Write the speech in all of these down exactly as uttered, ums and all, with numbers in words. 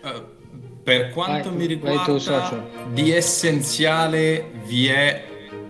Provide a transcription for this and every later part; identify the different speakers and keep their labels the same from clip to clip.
Speaker 1: Per quanto
Speaker 2: vai,
Speaker 1: mi riguarda, di essenziale vi è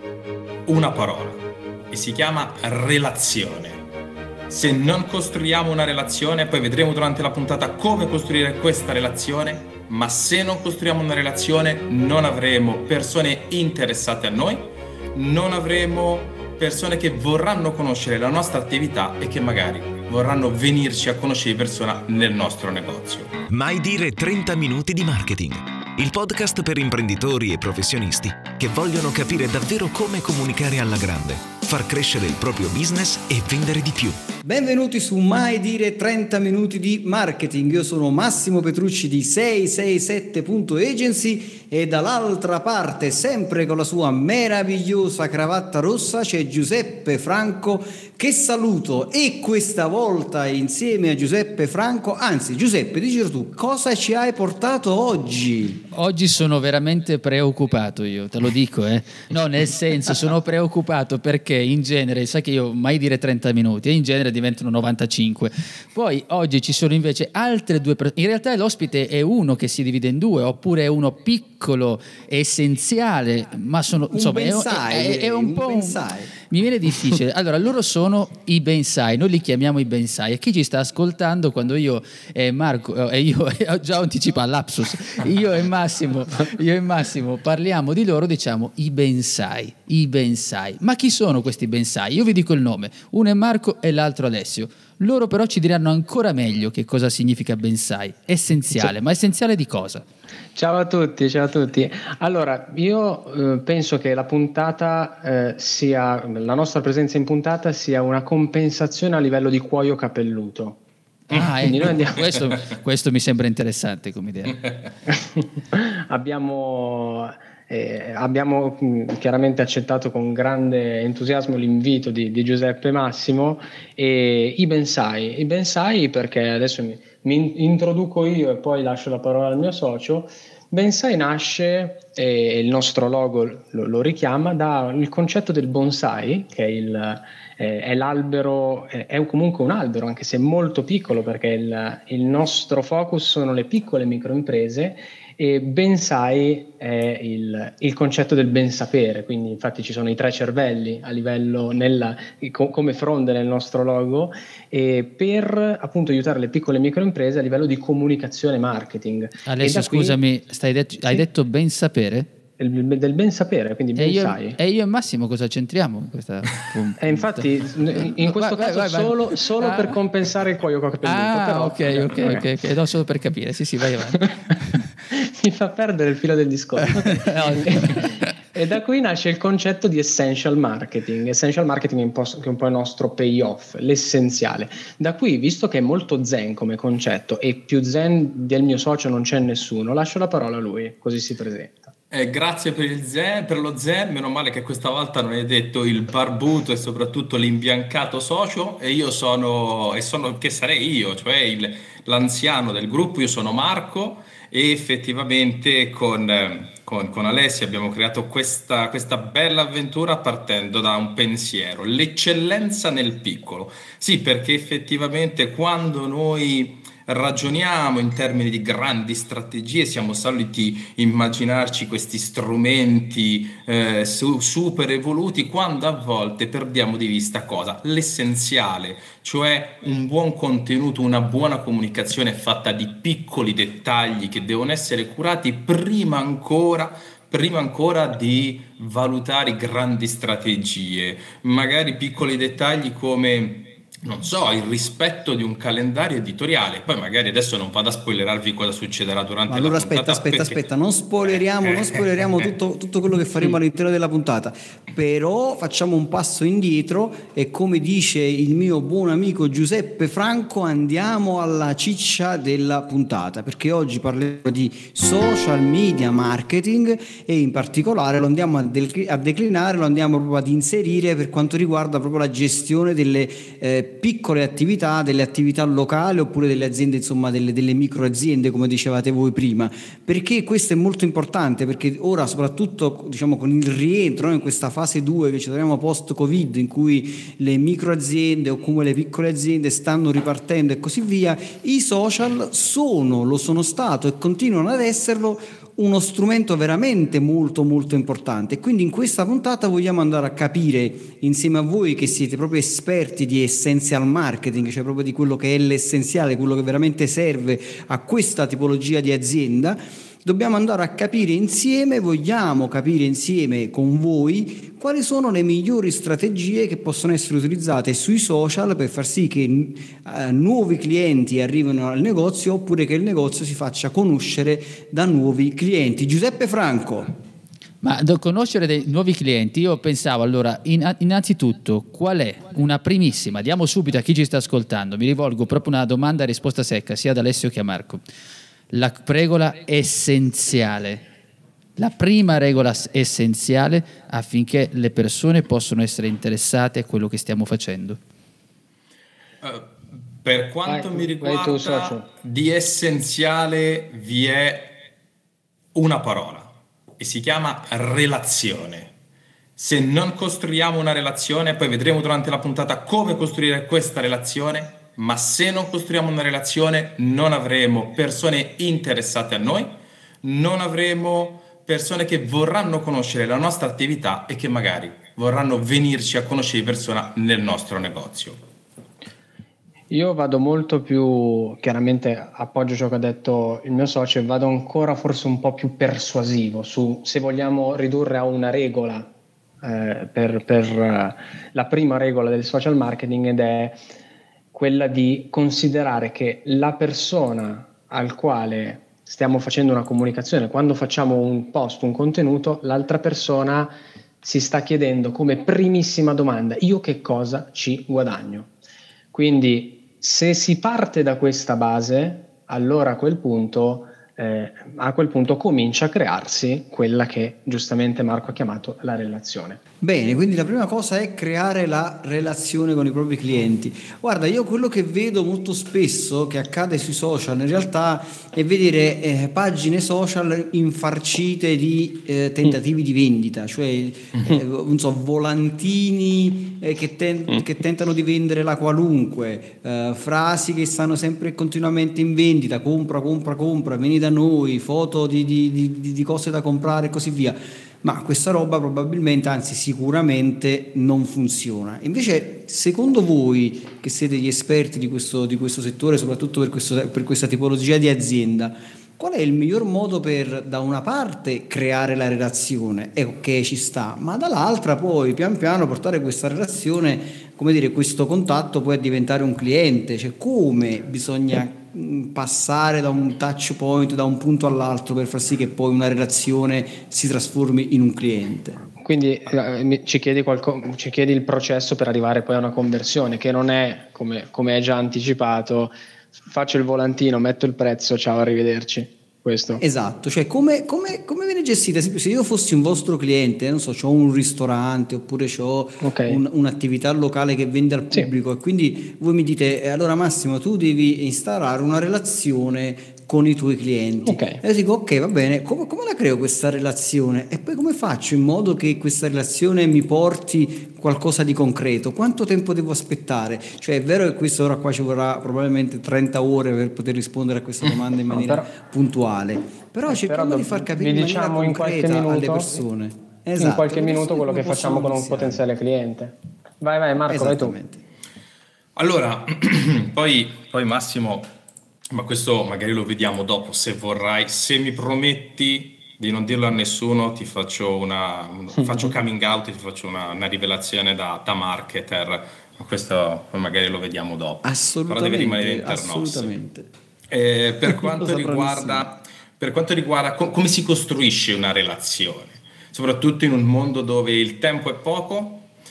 Speaker 1: una parola e si chiama relazione. Se non costruiamo una relazione, poi vedremo durante la puntata come costruire questa relazione, ma se non costruiamo una relazione non avremo persone interessate a noi, non avremo persone che vorranno conoscere la nostra attività e che magari vorranno venirci a conoscere di persona nel nostro negozio.
Speaker 3: Mai dire trenta minuti di marketing, il podcast per imprenditori e professionisti che vogliono capire davvero come comunicare alla grande, far crescere il proprio business e vendere di più.
Speaker 4: Benvenuti su Mai dire trenta minuti di marketing. Io sono Massimo Petrucci di sei sei sette punto agency e dall'altra parte, sempre con la sua meravigliosa cravatta rossa, c'è Giuseppe Franco, che saluto, e questa volta insieme a Giuseppe Franco, anzi Giuseppe, dici tu, cosa ci hai portato oggi?
Speaker 5: Oggi sono veramente preoccupato, io te lo dico, eh. No, nel senso, sono preoccupato perché in genere, sai che io mai dire trenta minuti e in genere diventano novantacinque. Poi oggi ci sono invece altre due persone. In realtà l'ospite è uno che si divide in due, oppure è uno piccolo, essenziale, ma sono insomma,
Speaker 4: un bensai,
Speaker 5: è, è, è un,
Speaker 4: un
Speaker 5: po'
Speaker 4: bensai.
Speaker 5: Un, mi viene difficile. Allora, loro sono i bensai, noi li chiamiamo i bensai, e chi ci sta ascoltando, quando io e Marco e io ho già anticipato lapsus, io e Massimo, io e Massimo parliamo di loro, diciamo i bensai, i bensai. Ma chi sono questi bensai? Io vi dico il nome, uno è Marco e l'altro Alessio. Loro però ci diranno ancora meglio che cosa significa bensai. Essenziale, ma essenziale di cosa?
Speaker 2: Ciao a tutti, ciao a tutti. Allora, io eh, penso che la puntata eh, sia, la nostra presenza in puntata sia una compensazione a livello di cuoio capelluto.
Speaker 5: Ah, ecco, noi andiamo... questo, questo mi sembra interessante come idea.
Speaker 2: abbiamo... Eh, abbiamo mh, chiaramente accettato con grande entusiasmo l'invito di, di Giuseppe Massimo e i bensai, i bensai perché adesso mi, mi introduco io e poi lascio la parola al mio socio. Bensai nasce, e il nostro logo lo, lo richiama, dal concetto del bonsai, che è, il, eh, è l'albero, è, è comunque un albero, anche se molto piccolo, perché il, il nostro focus sono le piccole microimprese, e bensai è il, il concetto del ben sapere, quindi infatti ci sono i tre cervelli a livello nella, co, come fronde nel nostro logo, e per appunto aiutare le piccole microimprese a livello di comunicazione e marketing.
Speaker 5: Adesso scusami, qui, stai det- sì? hai detto ben sapere?
Speaker 2: Il, del ben sapere, quindi ben
Speaker 5: e io,
Speaker 2: sai.
Speaker 5: E io e Massimo cosa c'entriamo in questa puntata?
Speaker 2: E infatti in questo vai, caso vai, vai, solo, solo ah. per compensare il cuoio capelluto.
Speaker 5: Ah,
Speaker 2: però,
Speaker 5: ok, ok, ok, ok, okay. No, solo per capire, sì sì, vai avanti.
Speaker 2: Mi fa perdere il filo del discorso. E da qui nasce il concetto di essential marketing. Essential marketing è un po', che è un po' il nostro payoff, l'essenziale. Da qui, visto che è molto zen come concetto e più zen del mio socio non c'è nessuno, lascio la parola a lui, così si presenta.
Speaker 1: Eh, grazie per il zen, per lo zen, meno male che questa volta non hai detto il barbuto e soprattutto l'imbiancato socio, e io sono, e sono che sarei io, cioè il, l'anziano del gruppo. Io sono Marco e effettivamente con, con, con Alessia abbiamo creato questa, questa bella avventura partendo da un pensiero, l'eccellenza nel piccolo. Sì, perché effettivamente quando noi ragioniamo in termini di grandi strategie siamo soliti immaginarci questi strumenti eh, su, super evoluti, quando a volte perdiamo di vista cosa? L'essenziale, cioè un buon contenuto, una buona comunicazione fatta di piccoli dettagli che devono essere curati prima ancora prima ancora di valutare grandi strategie, magari piccoli dettagli come, non so, il rispetto di un calendario editoriale. Poi magari adesso non vado a spoilerarvi cosa succederà durante
Speaker 4: Ma allora
Speaker 1: la puntata.
Speaker 4: Aspetta, aspetta,
Speaker 1: perché...
Speaker 4: aspetta, non spoileriamo, non spoileriamo tutto, tutto quello che faremo all'interno della puntata, però facciamo un passo indietro e, come dice il mio buon amico Giuseppe Franco, andiamo alla ciccia della puntata, perché oggi parleremo di social media marketing e in particolare lo andiamo a, del- a declinare, lo andiamo proprio ad inserire per quanto riguarda proprio la gestione delle eh, piccole attività, delle attività locali oppure delle aziende, insomma delle, delle micro aziende come dicevate voi prima, perché questo è molto importante, perché ora soprattutto diciamo con il rientro, no, in questa fase due che ci troviamo post Covid, in cui le micro aziende o come le piccole aziende stanno ripartendo e così via, i social sono, lo sono stato e continuano ad esserlo uno strumento veramente molto molto importante. E quindi in questa puntata vogliamo andare a capire insieme a voi, che siete proprio esperti di essential marketing, cioè proprio di quello che è l'essenziale, quello che veramente serve a questa tipologia di azienda. Dobbiamo andare a capire insieme, vogliamo capire insieme con voi quali sono le migliori strategie che possono essere utilizzate sui social per far sì che eh, nuovi clienti arrivino al negozio, oppure che il negozio si faccia conoscere da nuovi clienti. Giuseppe Franco.
Speaker 5: Ma da conoscere dei nuovi clienti, io pensavo allora, in, innanzitutto, qual è una primissima, diamo subito a chi ci sta ascoltando, mi rivolgo proprio una domanda a risposta secca, sia ad Alessio che a Marco. La regola essenziale, la prima regola essenziale affinché le persone possano essere interessate a quello che stiamo facendo.
Speaker 1: Uh, per quanto
Speaker 2: vai,
Speaker 1: mi riguarda,
Speaker 2: tu,
Speaker 1: di essenziale vi è una parola e si chiama relazione. Se non costruiamo una relazione, poi vedremo durante la puntata come costruire questa relazione, ma se non costruiamo una relazione non avremo persone interessate a noi, non avremo persone che vorranno conoscere la nostra attività e che magari vorranno venirci a conoscere di persona nel nostro negozio.
Speaker 2: Io vado molto più, chiaramente appoggio ciò che ha detto il mio socio, e vado ancora forse un po' più persuasivo su, se vogliamo ridurre a una regola eh, per, per uh, la prima regola del social marketing, ed è quella di considerare che la persona al quale stiamo facendo una comunicazione, quando facciamo un post, un contenuto, l'altra persona si sta chiedendo come primissima domanda: io che cosa ci guadagno? Quindi se si parte da questa base, allora a quel punto eh, a quel punto comincia a crearsi quella che giustamente Marco ha chiamato la relazione.
Speaker 4: Bene, quindi la prima cosa è creare la relazione con i propri clienti. Guarda, io quello che vedo molto spesso che accade sui social in realtà è vedere eh, pagine social infarcite di eh, tentativi mm. di vendita, cioè eh, non so, volantini eh, che, ten- che tentano di vendere la qualunque, eh, frasi che stanno sempre e continuamente in vendita: compra, compra, compra, vieni da noi, foto di, di, di, di cose da comprare e così via. Ma questa roba probabilmente, anzi sicuramente, non funziona. Invece, secondo voi, che siete gli esperti di questo, di questo settore, soprattutto per, questo, per questa tipologia di azienda, qual è il miglior modo per, da una parte, creare la relazione? E ok, ci sta, ma dall'altra poi, pian piano, portare questa relazione, come dire, questo contatto poi a diventare un cliente? Cioè, come bisogna passare da un touch point, da un punto all'altro, per far sì che poi una relazione si trasformi in un cliente?
Speaker 2: Quindi eh, ci, chiedi qualco, ci chiedi il processo per arrivare poi a una conversione, che non è, come, come è già anticipato, faccio il volantino, metto il prezzo, ciao, arrivederci. Questo.
Speaker 4: Esatto, cioè come, come, come viene gestita? Se io fossi un vostro cliente, non so, ho un ristorante oppure ho
Speaker 2: okay.
Speaker 4: un, un'attività locale che vende al pubblico, sì. E quindi voi mi dite eh, allora Massimo, tu devi instaurare una relazione con i tuoi clienti,
Speaker 2: okay.
Speaker 4: E io dico ok, va bene, come, come la creo questa relazione? E poi come faccio in modo che questa relazione mi porti qualcosa di concreto? Quanto tempo devo aspettare? Cioè è vero che questo ora qua ci vorrà probabilmente trenta ore per poter rispondere a questa domanda in maniera no, però, puntuale, però cerchiamo di far capire in
Speaker 2: diciamo
Speaker 4: maniera
Speaker 2: in
Speaker 4: concreta
Speaker 2: minuto,
Speaker 4: alle persone, esatto,
Speaker 2: in qualche minuto quello che facciamo con un potenziale cliente. Vai vai Marco, vai tu.
Speaker 1: Allora, poi, poi Massimo, ma questo magari lo vediamo dopo se vorrai, se mi prometti di non dirlo a nessuno ti faccio una faccio coming out, ti faccio una, una rivelazione da, da marketer, ma questo poi magari lo vediamo dopo.
Speaker 4: Assolutamente,
Speaker 1: però deve rimanere interno.
Speaker 4: Assolutamente.
Speaker 1: Eh, per quanto riguarda per quanto riguarda com- come si costruisce una relazione, soprattutto in un mondo dove il tempo è poco,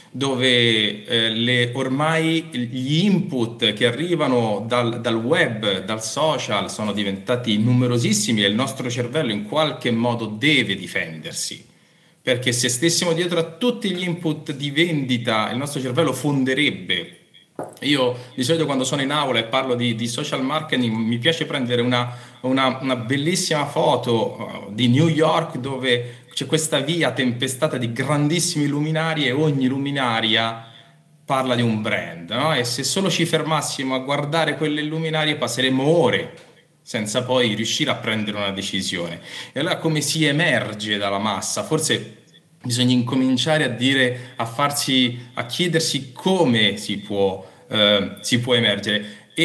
Speaker 1: dove eh, le, ormai gli input che arrivano dal, dal web, dal social sono diventati numerosissimi e il nostro cervello in qualche modo deve difendersi, perché se stessimo dietro a tutti gli input di vendita il nostro cervello fonderebbe Io di solito quando sono in aula e parlo di, di social marketing mi piace prendere una, una, una bellissima foto uh, di New York dove c'è questa via tempestata di grandissimi luminari e ogni luminaria parla di un brand, no? E se solo ci fermassimo a guardare quelle luminarie passeremmo ore senza poi riuscire a prendere una decisione. E allora come si emerge dalla massa? Forse bisogna incominciare a dire, a farsi, a chiedersi come si può, eh, si può emergere.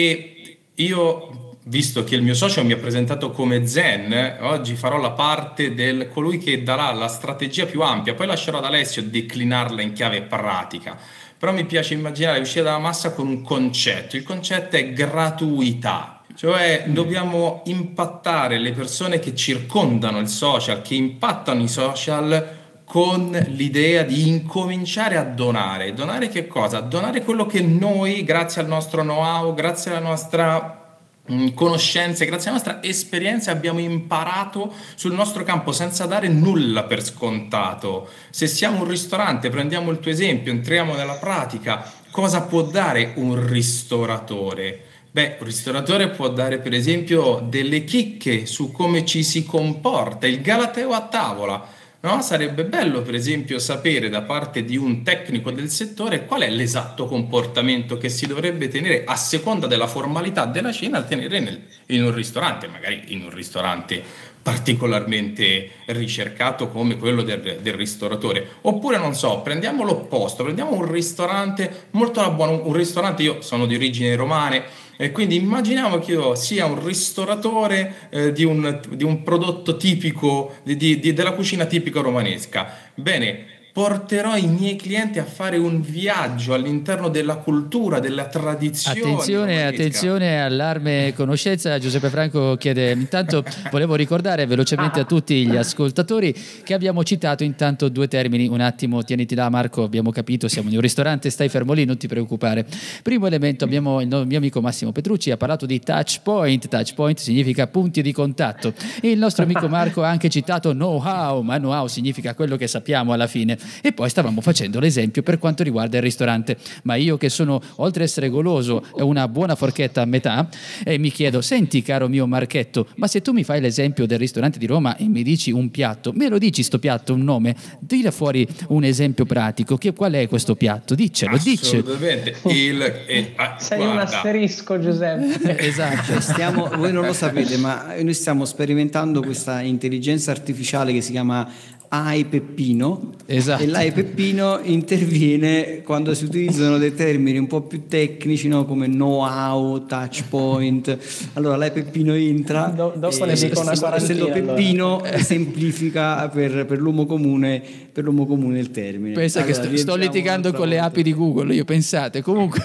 Speaker 1: E io, visto che il mio socio mi ha presentato come Zen, oggi farò la parte del colui che darà la strategia più ampia, poi lascerò ad Alessio declinarla in chiave pratica. Però mi piace immaginare uscire dalla massa con un concetto. Il concetto è gratuità. Cioè dobbiamo impattare le persone che circondano il social, che impattano i social, con l'idea di incominciare a donare. Donare che cosa? Donare quello che noi, grazie al nostro know-how, grazie alla nostra mh, conoscenza, grazie alla nostra esperienza abbiamo imparato sul nostro campo senza dare nulla per scontato. Se siamo un ristorante, prendiamo il tuo esempio, entriamo nella pratica, cosa può dare un ristoratore? Beh, un ristoratore può dare per esempio delle chicche su come ci si comporta, il galateo a tavola. No? Sarebbe bello, per esempio, sapere da parte di un tecnico del settore qual è l'esatto comportamento che si dovrebbe tenere a seconda della formalità della cena a tenere nel, in un ristorante, magari in un ristorante particolarmente ricercato come quello del, del ristoratore. Oppure, non so, prendiamo l'opposto, prendiamo un ristorante molto alla buona, un ristorante, io sono di origini romane, e quindi immaginiamo che io sia un ristoratore eh, di, un, di un prodotto tipico, di, di, della cucina tipica romanesca. Bene, porterò i miei clienti a fare un viaggio all'interno della cultura, della tradizione.
Speaker 5: Attenzione,
Speaker 1: romanesca.
Speaker 5: attenzione, allarme conoscenza. Giuseppe Franco chiede, intanto volevo ricordare velocemente a tutti gli ascoltatori che abbiamo citato intanto due termini. Un attimo, tieniti là Marco, abbiamo capito, siamo in un ristorante, stai fermo lì, non ti preoccupare. Primo elemento, abbiamo il mio amico Massimo Petrucci ha parlato di touch point. Touch point significa punti di contatto. Il nostro amico Marco ha anche citato know-how, ma know-how significa quello che sappiamo alla fine. E poi stavamo facendo l'esempio per quanto riguarda il ristorante, ma io che sono, oltre a essere goloso, una buona forchetta a metà, e mi chiedo, senti caro mio Marchetto, ma se tu mi fai l'esempio del ristorante di Roma e mi dici un piatto, me lo dici sto piatto, un nome, tira fuori un esempio pratico, che qual è questo piatto, diccelo, diccelo.
Speaker 1: Assolutamente. Il, eh, ah,
Speaker 2: Sei
Speaker 1: guarda.
Speaker 2: un asterisco, Giuseppe.
Speaker 5: Esatto.
Speaker 4: Stiamo, voi non lo sapete, ma noi stiamo sperimentando questa intelligenza artificiale che si chiama A I Peppino.
Speaker 5: Esatto.
Speaker 4: E l'A I Peppino interviene quando si utilizzano dei termini un po' più tecnici, no? Come know-how, touch point. Allora l'A I Peppino entra.
Speaker 2: Do- dopo
Speaker 4: e,
Speaker 2: ne dico una
Speaker 4: essendo
Speaker 2: quarantina,
Speaker 4: Peppino
Speaker 2: allora.
Speaker 4: semplifica per, per l'uomo comune per l'uomo comune il termine.
Speaker 5: Pensa
Speaker 4: Allora,
Speaker 5: che sto, sto
Speaker 4: rientriamo
Speaker 5: litigando
Speaker 4: un'altra
Speaker 5: con le
Speaker 4: volta.
Speaker 5: api di Google, io pensate, comunque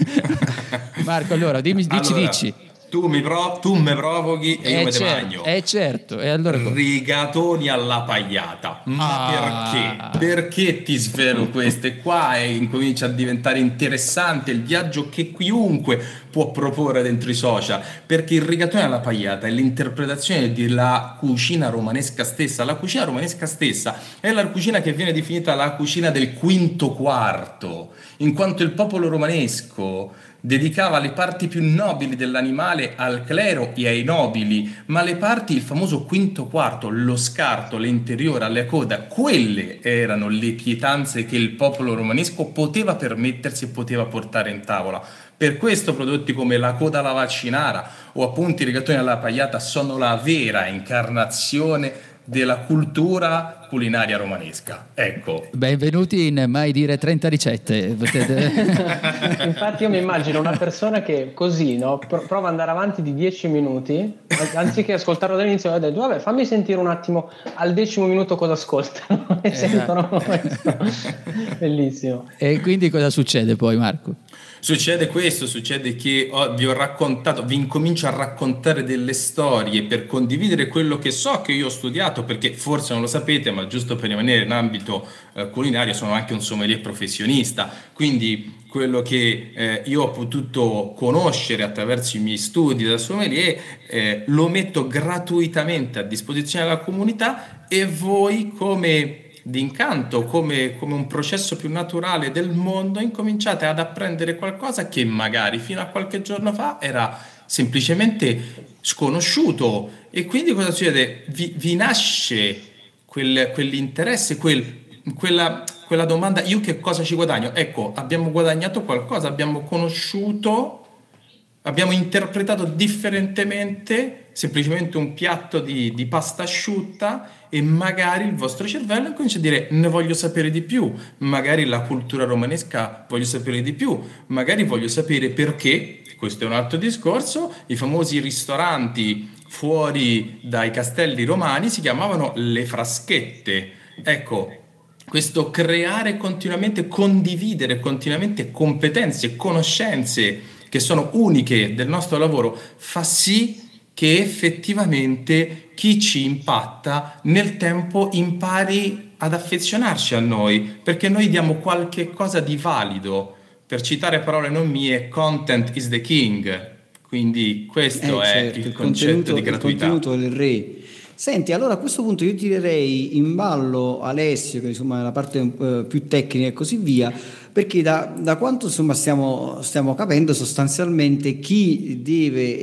Speaker 5: Marco, allora dimmi, dici,
Speaker 1: Allora,
Speaker 5: dici.
Speaker 1: Tu mi, pro- tu mi provochi e io
Speaker 5: Eh
Speaker 1: me te
Speaker 5: certo,
Speaker 1: magno.
Speaker 5: eh certo, e allora
Speaker 1: Rigatoni alla pagliata. Ma
Speaker 5: Ah.
Speaker 1: perché? Perché ti svelo questo? E qua e incomincia a diventare interessante il viaggio che chiunque può proporre dentro i social. Perché il rigatone alla pagliata è l'interpretazione della cucina romanesca stessa. La cucina romanesca stessa è la cucina che viene definita la cucina del quinto quarto, in quanto il popolo romanesco dedicava le parti più nobili dell'animale al clero e ai nobili, ma le parti, il famoso quinto quarto, lo scarto, l'interiore, la coda, quelle erano le pietanze che il popolo romanesco poteva permettersi e poteva portare in tavola. Per questo prodotti come la coda alla vaccinara o appunto i rigatoni alla pagliata sono la vera incarnazione della cultura culinaria romanesca. Ecco.
Speaker 5: benvenuti in Mai Dire trenta ricette. Potete-
Speaker 2: Infatti io mi immagino una persona che così, no, pro- prova ad andare avanti di dieci minuti, anziché ascoltarlo dall'inizio, ha detto vabbè fammi sentire un attimo al decimo minuto cosa ascoltano e
Speaker 5: Esatto.
Speaker 2: sentono questo. Bellissimo.
Speaker 5: E quindi cosa succede poi Marco?
Speaker 1: Succede questo, succede che ho- vi ho raccontato, vi incomincio a raccontare delle storie per condividere quello che so che io ho studiato, perché forse non lo sapete, ma giusto per rimanere in ambito eh, culinario sono anche un sommelier professionista, quindi quello che eh, io ho potuto conoscere attraverso i miei studi da sommelier eh, lo metto gratuitamente a disposizione della comunità, e voi come di incanto, come, come un processo più naturale del mondo, incominciate ad apprendere qualcosa che magari fino a qualche giorno fa era semplicemente sconosciuto, e quindi cosa succede? Vi, vi nasce quel, quell'interesse, quel, quella, quella domanda: io che cosa ci guadagno? Ecco, abbiamo guadagnato qualcosa, abbiamo conosciuto, abbiamo interpretato differentemente semplicemente un piatto di, di pasta asciutta, e magari il vostro cervello comincia a dire: ne voglio sapere di più, magari la cultura romanesca voglio sapere di più, magari voglio sapere perché, questo è un altro discorso, i famosi ristoranti fuori dai castelli romani si chiamavano le fraschette. Ecco, questo creare continuamente, condividere continuamente competenze, conoscenze che sono uniche del nostro lavoro, fa sì che effettivamente chi ci impatta nel tempo impari ad affezionarci a noi, perché noi diamo qualche cosa di valido. Per citare parole non mie, content is the king, quindi questo
Speaker 4: Eh,
Speaker 1: è
Speaker 4: certo,
Speaker 1: il
Speaker 4: il
Speaker 1: concetto
Speaker 4: contenuto,
Speaker 1: di
Speaker 4: il
Speaker 1: gratuità.
Speaker 4: contenuto è il re. Senti, allora a questo punto io tirerei in ballo Alessio, che insomma è la parte eh, più tecnica e così via, perché da, da quanto insomma stiamo, stiamo capendo, sostanzialmente chi deve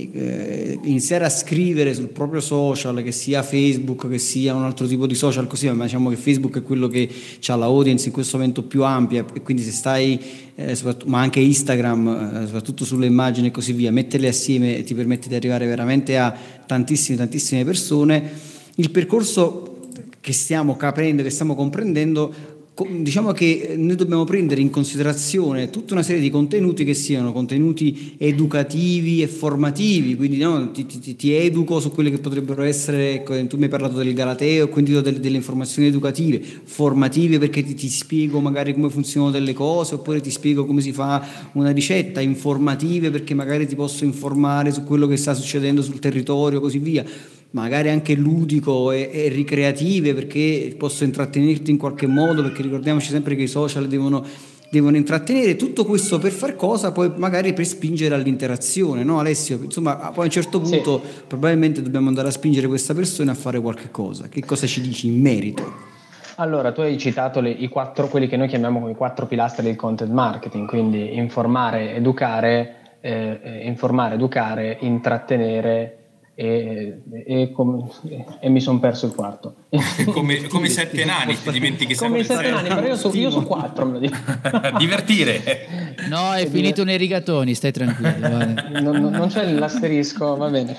Speaker 4: eh, iniziare a scrivere sul proprio social, che sia Facebook, che sia un altro tipo di social, così, ma diciamo che Facebook è quello che ha la audience in questo momento più ampia, e quindi se stai, eh, ma anche Instagram, eh, soprattutto sulle immagini e così via, metterle assieme ti permette di arrivare veramente a tantissime, tantissime persone. Il percorso che stiamo capendo, che stiamo comprendendo, diciamo che noi dobbiamo prendere in considerazione tutta una serie di contenuti che siano contenuti educativi e formativi, quindi no, ti, ti, ti educo su quelle che potrebbero essere, tu mi hai parlato del Galateo, quindi delle, delle informazioni educative, formative perché ti, ti spiego magari come funzionano delle cose, oppure ti spiego come si fa una ricetta, informative perché magari ti posso informare su quello che sta succedendo sul territorio, così via, magari anche ludico e, e ricreative perché posso intrattenerti in qualche modo, perché ricordiamoci sempre che i social devono, devono intrattenere, tutto questo per far cosa? Poi magari per spingere all'interazione, no Alessio? Insomma, poi a un certo punto sì, probabilmente dobbiamo andare a spingere questa persona a fare qualche cosa. Che cosa ci dici in merito?
Speaker 2: Allora, tu hai citato le, i quattro, quelli che noi chiamiamo i quattro pilastri del content marketing, quindi informare, educare, eh, informare, educare, intrattenere, E, e, com, e mi sono perso il quarto.
Speaker 1: come, come i sette nani, ti dimentichi
Speaker 2: come i sette nani, però io so, io so quattro, me lo dico.
Speaker 1: Divertire.
Speaker 5: No, è finito diver... nei rigatoni, stai tranquillo. Vale.
Speaker 2: non, non, non c'è l'asterisco, va bene.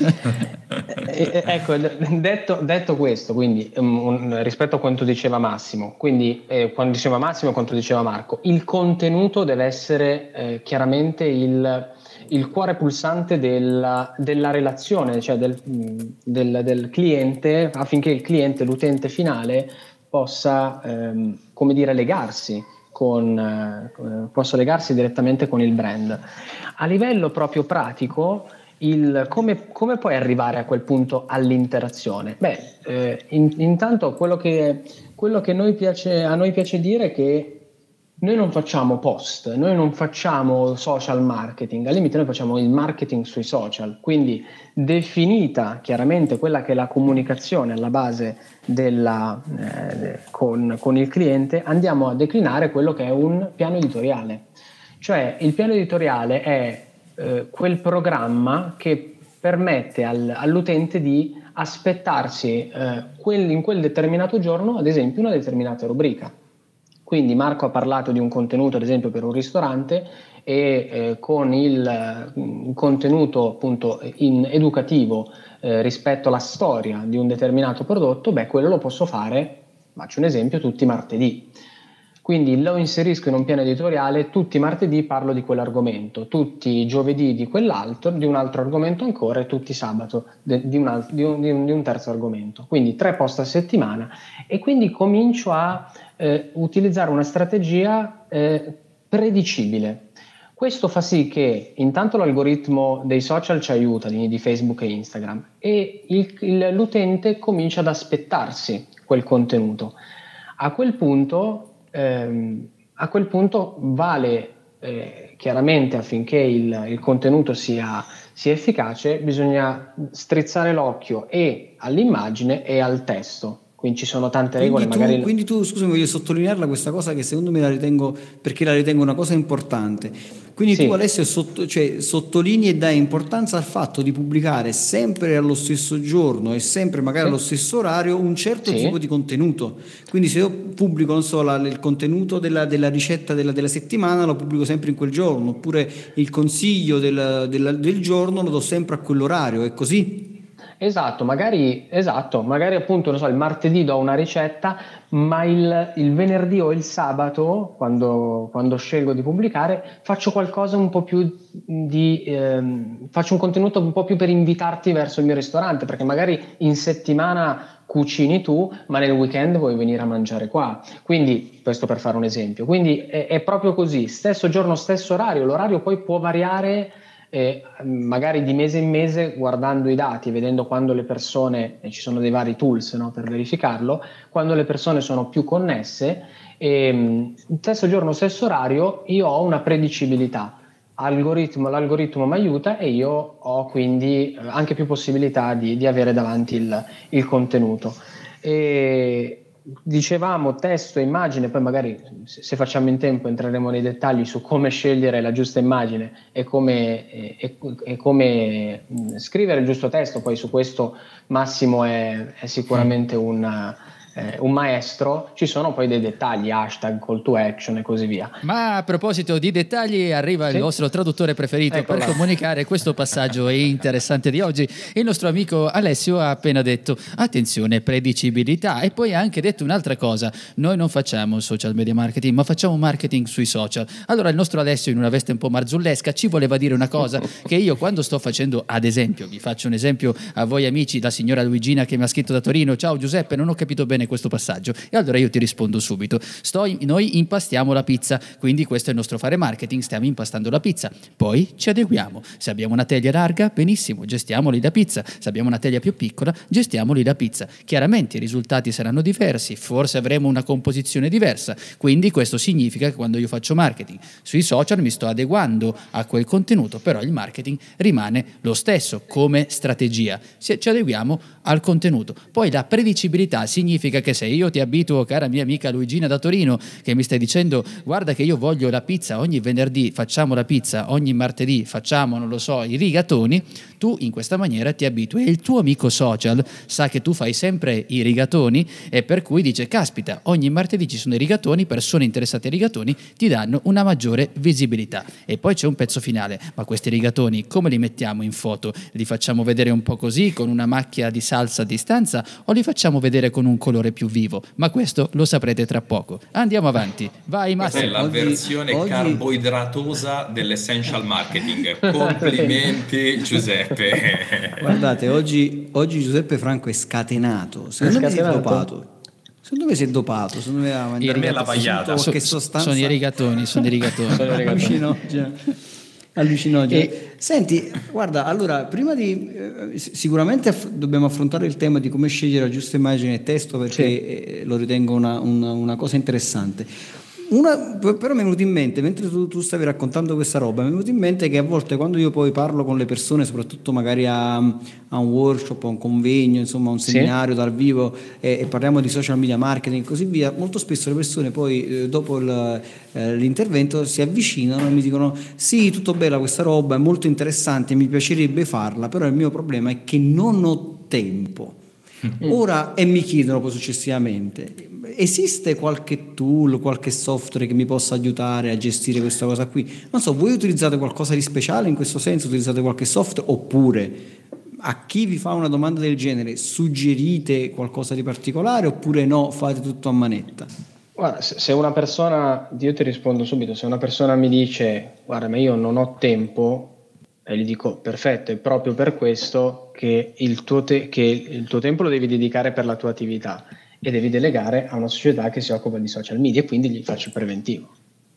Speaker 2: e, ecco, detto, detto questo, quindi um, rispetto a quanto diceva Massimo, quindi eh, quando diceva Massimo e quanto diceva Marco, il contenuto deve essere eh, chiaramente il il cuore pulsante della, della relazione, cioè del, del, del cliente, affinché il cliente, l'utente finale, possa, ehm, come dire, legarsi con, eh, possa legarsi direttamente con il brand. A livello proprio pratico, il, come, come puoi arrivare a quel punto all'interazione? Beh, eh, in, intanto quello che, quello che noi piace, a noi piace dire è che noi non facciamo post, noi non facciamo social marketing, al limite noi facciamo il marketing sui social, quindi definita chiaramente quella che è la comunicazione alla base della, eh, con, con il cliente, andiamo a declinare quello che è un piano editoriale. Cioè il piano editoriale è eh, quel programma che permette al, all'utente di aspettarsi eh, quel, in quel determinato giorno, ad esempio, una determinata rubrica. Quindi Marco ha parlato di un contenuto, ad esempio, per un ristorante, e eh, con il eh, contenuto appunto in educativo eh, rispetto alla storia di un determinato prodotto, beh, quello lo posso fare, faccio un esempio, tutti i martedì. Quindi lo inserisco in un piano editoriale, tutti i martedì parlo di quell'argomento, tutti i giovedì di quell'altro, di un altro argomento ancora, e tutti i sabato de, di, un altro, di, un, di, un, di un terzo argomento. Quindi tre post a settimana, e quindi comincio a eh, utilizzare una strategia eh, predicibile. Questo fa sì che intanto l'algoritmo dei social ci aiuta, di, di Facebook e Instagram, e il, il, l'utente comincia ad aspettarsi quel contenuto. A quel punto Ehm, a quel punto vale eh, chiaramente, affinché il, il contenuto sia, sia efficace, bisogna strizzare l'occhio e all'immagine e al testo. quindi ci sono tante
Speaker 4: Quindi
Speaker 2: regole.
Speaker 4: tu,
Speaker 2: magari
Speaker 4: quindi tu, scusami, voglio sottolinearla questa cosa che secondo me la ritengo, perché la ritengo una cosa importante. Quindi
Speaker 2: Sì.
Speaker 4: tu Alessio sotto, cioè, sottolinei e dai importanza al fatto di pubblicare sempre allo stesso giorno e sempre magari
Speaker 2: Sì.
Speaker 4: allo stesso orario un certo
Speaker 2: Sì.
Speaker 4: tipo di contenuto. Quindi se io pubblico, non so, la- il contenuto della, della ricetta della, della settimana lo pubblico sempre in quel giorno, oppure il consiglio del, del, del giorno lo do sempre a quell'orario, è così?
Speaker 2: Esatto, magari, esatto, magari appunto, non so, il martedì do una ricetta, ma il, il venerdì o il sabato, quando, quando scelgo di pubblicare, faccio qualcosa un po' più di, ehm, faccio un contenuto un po' più per invitarti verso il mio ristorante, perché magari in settimana cucini tu, ma nel weekend vuoi venire a mangiare qua. Quindi, questo per fare un esempio. Quindi è, è proprio così, stesso giorno, stesso orario, l'orario poi può variare. E magari di mese in mese, guardando i dati, vedendo quando le persone, e ci sono dei vari tools, no, per verificarlo, quando le persone sono più connesse, e, stesso giorno, stesso orario, io ho una predicibilità. Algoritmo, l'algoritmo mi aiuta e io ho quindi anche più possibilità di, di avere davanti il, il contenuto. E, dicevamo testo e immagine, poi magari se facciamo in tempo entreremo nei dettagli su come scegliere la giusta immagine e come, e, e come scrivere il giusto testo. Poi su questo Massimo è, è sicuramente un, eh, un maestro. Ci sono poi dei dettagli, hashtag, call to action e così via.
Speaker 5: Ma a proposito di dettagli, arriva
Speaker 2: Sì?
Speaker 5: il vostro traduttore preferito
Speaker 2: Ecco
Speaker 5: per
Speaker 2: là.
Speaker 5: comunicare questo passaggio interessante di oggi. Il nostro amico Alessio ha appena detto attenzione, predicibilità, e poi ha anche detto un'altra cosa: noi non facciamo social media marketing, ma facciamo marketing sui social. Allora il nostro Alessio, in una veste un po' marzullesca, ci voleva dire una cosa che io, quando sto facendo, ad esempio, vi faccio un esempio a voi amici, la signora Luigina che mi ha scritto da Torino: ciao Giuseppe, non ho capito bene questo passaggio. E allora io ti rispondo subito: Sto in- noi impastiamo la pizza, quindi questo è il nostro fare marketing, stiamo impastando la pizza, poi ci adeguiamo. Se abbiamo una teglia larga, benissimo, gestiamoli la pizza; se abbiamo una teglia più piccola, gestiamoli la pizza. Chiaramente i risultati saranno diversi, forse avremo una composizione diversa, quindi questo significa che quando io faccio marketing sui social mi sto adeguando a quel contenuto, però il marketing rimane lo stesso come strategia, se ci adeguiamo al contenuto. Poi la predicibilità significa che se io ti abituo, cara mia amica Luigina da Torino, che mi stai dicendo guarda che io voglio la pizza ogni venerdì, facciamo la pizza, ogni martedì facciamo, non lo so, i rigatoni, tu in questa maniera ti abitui e il tuo amico social sa che tu fai sempre i rigatoni, e per cui dice caspita, ogni martedì ci sono i rigatoni, persone interessate ai rigatoni ti danno una maggiore visibilità. E poi c'è un pezzo finale: ma questi rigatoni come li mettiamo in foto? Li facciamo vedere un po' così con una macchia di salsa a distanza, o li facciamo vedere con un colore più vivo? Ma questo lo saprete tra poco. Andiamo avanti, vai
Speaker 1: Questa è
Speaker 5: Massimo.
Speaker 1: la
Speaker 4: Oggi-
Speaker 1: versione
Speaker 4: oggi-
Speaker 1: carboidratosa dell'essential marketing. Complimenti Giuseppe.
Speaker 4: Guardate, oggi, oggi Giuseppe Franco è scatenato. Secondo me si è
Speaker 2: scatenato?
Speaker 4: dopato. Secondo me si è dopato. Secondo me ha
Speaker 1: Per me è la
Speaker 4: assunto
Speaker 1: vagliata.
Speaker 4: qualche
Speaker 5: So-
Speaker 4: sostanza
Speaker 5: sono i rigatoni, sono i rigatoni.
Speaker 2: Sono i rigatoni.
Speaker 4: allucinogena. Allucinogena.
Speaker 2: E-
Speaker 4: Senti, guarda, allora, prima di eh, s- sicuramente aff- dobbiamo affrontare il tema di come scegliere la giusta immagine e testo, perché eh, lo ritengo una, una- una cosa interessante. Una, però mi è venuto in mente, mentre tu, tu stavi raccontando questa roba, mi è venuto in mente che a volte quando io poi parlo con le persone, soprattutto magari a, a un workshop, a un convegno, insomma a un
Speaker 2: Sì.
Speaker 4: seminario dal vivo, e, e parliamo di social media marketing e così via, molto spesso le persone poi eh, dopo il, eh, l'intervento si avvicinano e mi dicono sì, tutto bella questa roba, è molto interessante, mi piacerebbe farla, però il mio problema è che non ho tempo. Ora, e mi chiedono poi successivamente, esiste qualche tool, qualche software che mi possa aiutare a gestire questa cosa qui? Non so, voi utilizzate qualcosa di speciale in questo senso? Utilizzate qualche software? Oppure a chi vi fa una domanda del genere suggerite qualcosa di particolare, oppure no, fate tutto a manetta?
Speaker 2: Guarda, se se una persona, io ti rispondo subito, se una persona mi dice guarda ma io non ho tempo, e gli dico perfetto, è proprio per questo che il tuo, te- che il tuo tempo lo devi dedicare per la tua attività e devi delegare a una società che si occupa di social media, e quindi gli faccio il preventivo.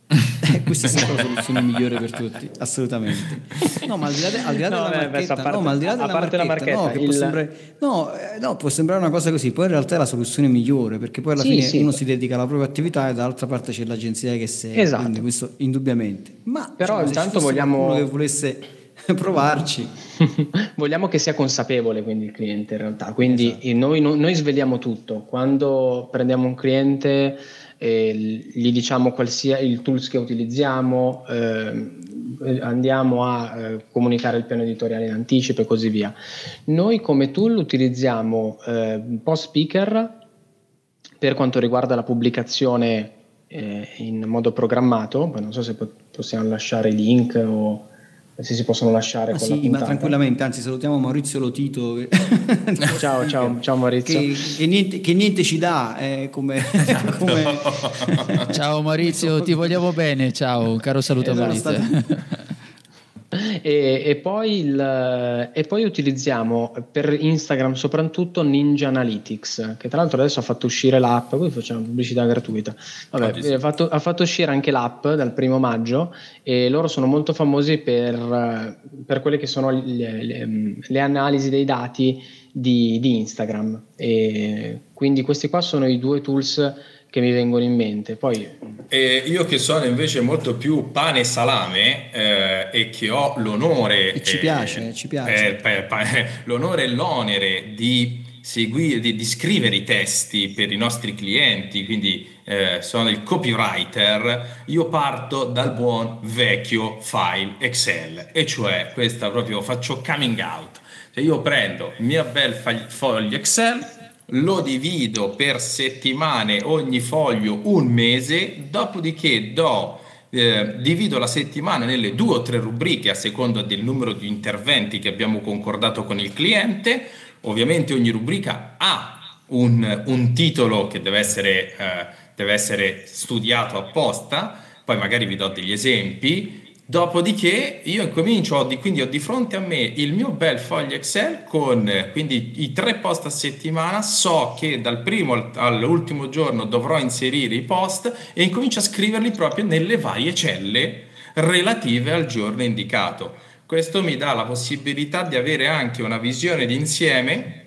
Speaker 4: Eh, questa è sempre la soluzione migliore per tutti, assolutamente. No, ma al di là, de- al di là
Speaker 2: No,
Speaker 4: della
Speaker 2: beh,
Speaker 4: marchetta,
Speaker 2: a parte-
Speaker 4: no, ma al di là
Speaker 2: a
Speaker 4: della
Speaker 2: parte la
Speaker 4: marchetta, no,
Speaker 2: marchetta,
Speaker 4: che può
Speaker 2: il-
Speaker 4: sembrare, no, eh, no, può sembrare una cosa così, poi in realtà è la soluzione migliore, perché poi alla
Speaker 2: Sì,
Speaker 4: fine
Speaker 2: sì.
Speaker 4: uno si dedica alla propria attività e dall'altra parte c'è l'agenzia che segue,
Speaker 2: Esatto.
Speaker 4: quindi questo indubbiamente. Ma
Speaker 2: Però
Speaker 4: diciamo, se ci
Speaker 2: intanto
Speaker 4: fosse
Speaker 2: vogliamo-
Speaker 4: qualcuno che volesse provarci.
Speaker 2: Vogliamo che sia consapevole quindi il cliente in realtà, quindi
Speaker 4: Esatto.
Speaker 2: noi, noi sveliamo tutto. Quando prendiamo un cliente eh, gli diciamo qual sia il tools che utilizziamo, eh, andiamo a eh, comunicare il piano editoriale in anticipo e così via. Noi come tool utilizziamo eh, Post Speaker per quanto riguarda la pubblicazione eh, in modo programmato. Poi non so se po- possiamo lasciare i link o se si possono lasciare
Speaker 4: Ah,
Speaker 2: con la
Speaker 4: sì, ma
Speaker 2: puntata.
Speaker 4: tranquillamente, anzi salutiamo Maurizio Lotito.
Speaker 2: Ciao, ciao, ciao Maurizio.
Speaker 4: Che, che, niente, che niente ci dà, eh, come, come...
Speaker 5: Ciao Maurizio, ti vogliamo bene, ciao, un caro saluto a
Speaker 2: Esatto.
Speaker 5: Maurizio.
Speaker 2: E, e, poi il, e poi utilizziamo per Instagram soprattutto Ninja Analytics, che tra l'altro adesso ha fatto uscire l'app, poi facciamo pubblicità gratuita. Vabbè,
Speaker 1: Sì.
Speaker 2: ha, fatto, ha fatto uscire anche l'app dal primo maggio e loro sono molto famosi per, per quelle che sono le, le, le analisi dei dati di, di Instagram. E quindi questi qua sono i due tools che mi vengono in mente. Poi
Speaker 1: E io che sono invece molto più pane e salame eh, e che ho l'onore
Speaker 4: E ci
Speaker 1: eh,
Speaker 4: piace, ci piace.
Speaker 1: eh, pa- pa- l'onore e l'onere di seguire, di, di scrivere i testi per i nostri clienti, quindi eh, sono il copywriter. Io parto dal buon vecchio file Excel, e cioè questa proprio faccio coming out. Cioè io prendo il mio bel fag- foglio Excel, lo divido per settimane, ogni foglio un mese, dopodiché do, eh, divido la settimana nelle due o tre rubriche a seconda del numero di interventi che abbiamo concordato con il cliente. Ovviamente ogni rubrica ha un, un titolo che deve essere, eh, deve essere studiato apposta, poi magari vi do degli esempi. Dopodiché io incomincio, ho di, quindi ho di fronte a me il mio bel foglio Excel con eh, quindi i tre post a settimana. So che dal primo al- all'ultimo giorno dovrò inserire i post e incomincio a scriverli proprio nelle varie celle relative al giorno indicato. Questo mi dà la possibilità di avere anche una visione d'insieme,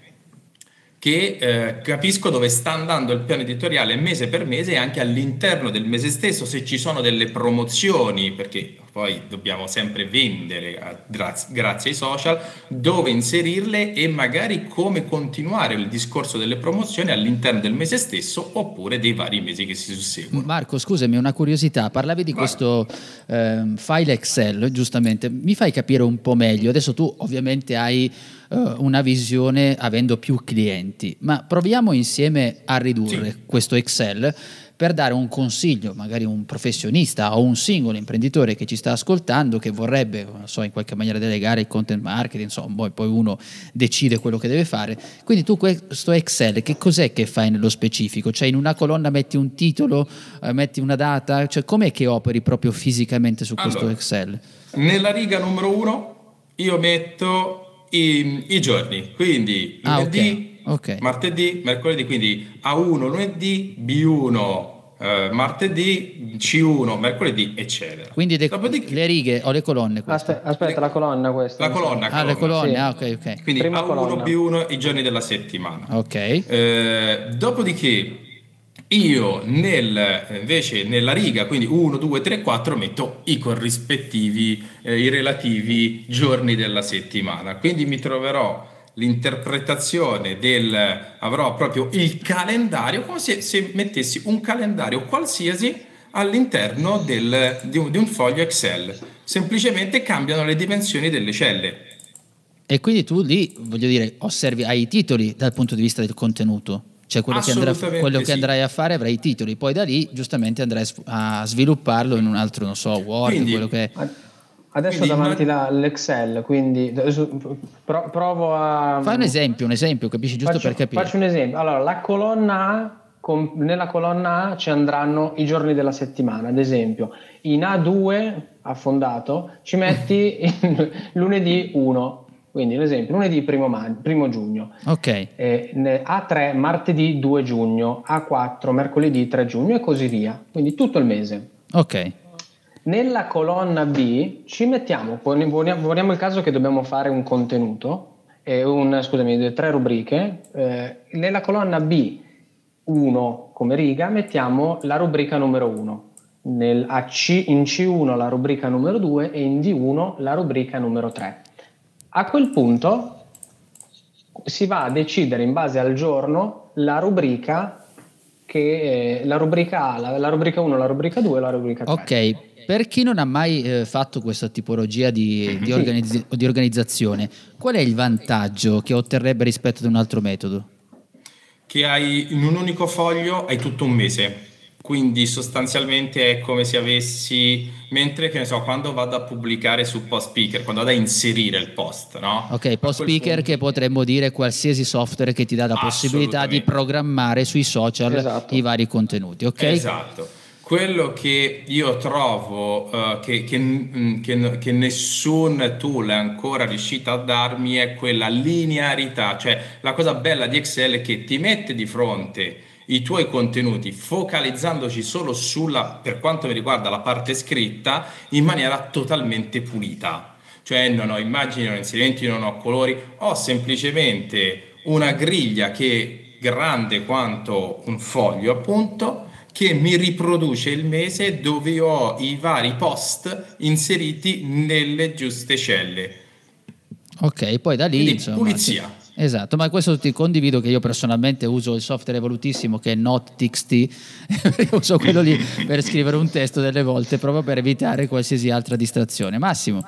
Speaker 1: che eh, capisco dove sta andando il piano editoriale mese per mese, e anche all'interno del mese stesso se ci sono delle promozioni, perché poi dobbiamo sempre vendere eh, grazie, grazie ai social, dove inserirle e magari come continuare il discorso delle promozioni all'interno del mese stesso oppure dei vari mesi che si susseguono.
Speaker 5: Marco, scusami, una curiosità, parlavi di
Speaker 1: Vai.
Speaker 5: questo ehm, file Excel, giustamente, mi fai capire un po' meglio. Adesso tu ovviamente hai eh, una visione avendo più clienti, ma proviamo insieme a ridurre
Speaker 1: Sì.
Speaker 5: questo Excel per dare un consiglio, magari un professionista o un singolo imprenditore che ci sta ascoltando, che vorrebbe, non so, in qualche maniera delegare il content marketing, insomma, poi, poi uno decide quello che deve fare. Quindi tu questo Excel, che cos'è che fai nello specifico? Cioè in una colonna metti un titolo, eh, metti una data, cioè com'è che operi proprio fisicamente su questo
Speaker 1: Allora,
Speaker 5: Excel?
Speaker 1: nella riga numero uno io metto i, i giorni, quindi
Speaker 5: Ah,
Speaker 1: lunedì,
Speaker 5: ok, ok.
Speaker 1: martedì, mercoledì, quindi A uno lunedì, B uno eh, martedì, C uno mercoledì, eccetera.
Speaker 5: Quindi le,
Speaker 1: Dopodiché
Speaker 5: le righe o le colonne queste?
Speaker 2: aspetta, aspetta
Speaker 1: Le-
Speaker 2: la colonna questa.
Speaker 1: la colonna,
Speaker 5: Ah, le
Speaker 1: colonna.
Speaker 5: colonne,
Speaker 2: Sì.
Speaker 5: ah, ok, ok.
Speaker 1: Quindi
Speaker 2: Prima
Speaker 1: A uno,
Speaker 2: colonna.
Speaker 1: B uno i giorni della settimana.
Speaker 5: Ok.
Speaker 1: Eh, dopodiché io nel, invece nella riga, quindi uno, due, tre, quattro, metto i corrispettivi, eh, i relativi giorni della settimana. Quindi mi troverò l'interpretazione del, avrò proprio il calendario, come se, se mettessi un calendario qualsiasi all'interno del, di, un, di un foglio Excel. Semplicemente cambiano le dimensioni delle celle.
Speaker 5: E quindi tu lì, voglio dire, osservi, hai i titoli dal punto di vista del contenuto. Cioè quello, che, andrà,
Speaker 1: Assolutamente
Speaker 5: quello che
Speaker 1: sì.
Speaker 5: andrai a fare avrai i titoli, poi da lì giustamente andrai a sv- a svilupparlo in un altro, non so, Word,
Speaker 1: Quindi-
Speaker 5: quello che è.
Speaker 2: Adesso
Speaker 1: Quindi
Speaker 2: davanti
Speaker 1: immag-
Speaker 2: la- l'Excel, quindi adesso pro- provo a...
Speaker 5: Fai un esempio, un esempio, capisci, giusto
Speaker 2: faccio,
Speaker 5: per capire.
Speaker 2: faccio un esempio. Allora, la colonna A, con- nella colonna A ci andranno i giorni della settimana. Ad esempio, in A due, affondato, ci metti il lunedì uno. Quindi, ad esempio, lunedì primo, ma- primo giugno.
Speaker 5: Ok,
Speaker 2: Eh, ne- A tre, martedì due giugno. A quattro, mercoledì tre giugno e così via. Quindi tutto il mese.
Speaker 5: ok.
Speaker 2: Nella colonna B ci mettiamo, poniamo poniamo il caso che dobbiamo fare un contenuto, eh, un, scusami, tre rubriche. Eh, nella colonna B uno come riga mettiamo la rubrica numero uno. nel, a C, in C uno la rubrica numero due e in D uno la rubrica numero tre. A quel punto si va a decidere in base al giorno la rubrica che eh, la rubrica A, la, la rubrica uno, la rubrica due e la rubrica tre.
Speaker 5: Ok, per chi non ha mai eh, fatto questa tipologia di, di, organizz- di organizzazione, qual è il vantaggio che otterrebbe rispetto ad un altro metodo?
Speaker 1: Che hai in un unico foglio hai tutto un mese, quindi sostanzialmente è come se avessi, mentre che ne so, quando vado a pubblicare su Post Speaker, quando vado a inserire il post, no?
Speaker 5: Ok, Post Speaker
Speaker 1: punto...
Speaker 5: che potremmo dire qualsiasi software che ti dà la possibilità di programmare sui social esatto. i vari contenuti, ok?
Speaker 1: Esatto. Quello che io trovo uh, che, che, che, che nessun tool è ancora riuscito a darmi è quella linearità, cioè la cosa bella di Excel è che ti mette di fronte i tuoi contenuti focalizzandoci solo sulla, per quanto mi riguarda, la parte scritta in maniera totalmente pulita, cioè non ho immagini, non ho inserimenti, non ho colori, ho semplicemente una griglia che è grande quanto un foglio appunto, che mi riproduce il mese dove ho i vari post inseriti nelle giuste celle.
Speaker 5: Ok, poi da lì
Speaker 1: quindi
Speaker 5: insomma,
Speaker 1: pulizia.
Speaker 5: Sì. Esatto, ma questo ti condivido che io personalmente uso il software evolutissimo che è Note.txt, uso quello lì per scrivere un testo delle volte proprio per evitare qualsiasi altra distrazione. Massimo.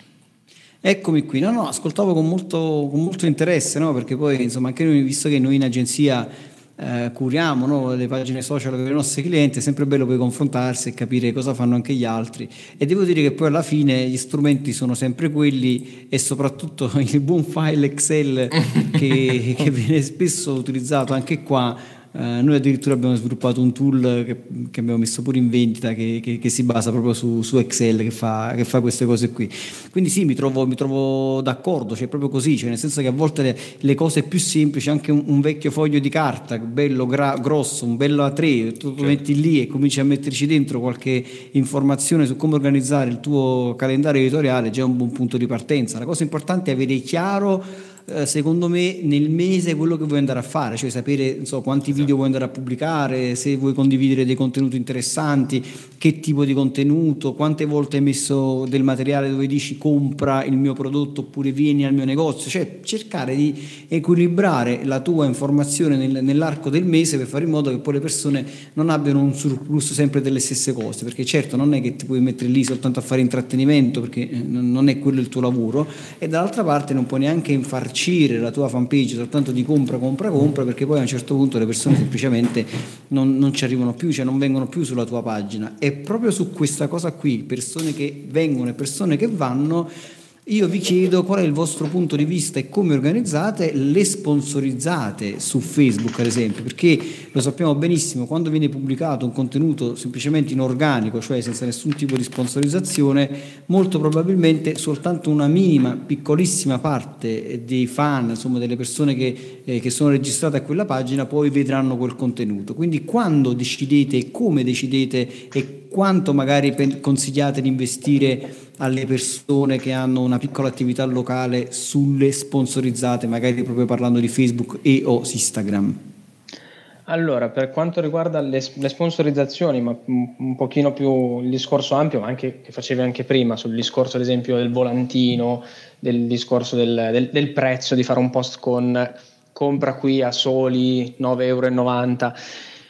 Speaker 4: Eccomi qui, no no, ascoltavo con molto, con molto interesse, no? Perché poi insomma anche noi, visto che noi in agenzia eh, curiamo, no? le pagine social per i nostri clienti, è sempre bello poi confrontarsi e capire cosa fanno anche gli altri, e devo dire che poi alla fine gli strumenti sono sempre quelli, e soprattutto il buon file Excel che, che viene spesso utilizzato anche qua. Uh, noi addirittura abbiamo sviluppato un tool che, che abbiamo messo pure in vendita che, che, che si basa proprio su, su Excel, che fa, che fa queste cose qui. Quindi sì, mi trovo, mi trovo d'accordo, cioè proprio così, cioè nel senso che a volte le, le cose più semplici, anche un, un vecchio foglio di carta bello gra- grosso, un bello A tre, tu lo metti lì e cominci a metterci dentro qualche informazione su come organizzare il tuo calendario editoriale, già è un buon punto di partenza. La cosa importante è avere chiaro, secondo me, nel mese quello che vuoi andare a fare, cioè sapere non so, quanti video vuoi andare a pubblicare, se vuoi condividere dei contenuti interessanti, che tipo di contenuto, quante volte hai messo del materiale dove dici compra il mio prodotto oppure vieni al mio negozio, cioè cercare di equilibrare la tua informazione nel, nell'arco del mese per fare in modo che poi le persone non abbiano un surplus sempre delle stesse cose, perché certo non è che ti puoi mettere lì soltanto a fare intrattenimento, perché non è quello il tuo lavoro, e dall'altra parte non puoi neanche infarcire la tua fanpage soltanto di compra, compra, compra, perché poi a un certo punto le persone semplicemente non, non ci arrivano più, cioè non vengono più sulla tua pagina. E proprio su questa cosa qui, persone che vengono e persone che vanno, io vi chiedo qual è il vostro punto di vista e come organizzate le sponsorizzate su Facebook, ad esempio, perché lo sappiamo benissimo, quando viene pubblicato un contenuto semplicemente in organico, cioè senza nessun tipo di sponsorizzazione, molto probabilmente soltanto una minima, piccolissima parte dei fan, insomma delle persone che, eh, che sono registrate a quella pagina, poi vedranno quel contenuto. Quindi quando decidete e come decidete e quanto magari consigliate di investire alle persone che hanno una piccola attività locale sulle sponsorizzate, magari proprio parlando di Facebook e o Instagram?
Speaker 2: Allora, per quanto riguarda le, le sponsorizzazioni, ma un, un pochino più il discorso ampio, ma anche che facevi anche prima, sul discorso ad esempio del volantino, del discorso del, del, del prezzo, di fare un post con compra qui a soli nove virgola novanta euro.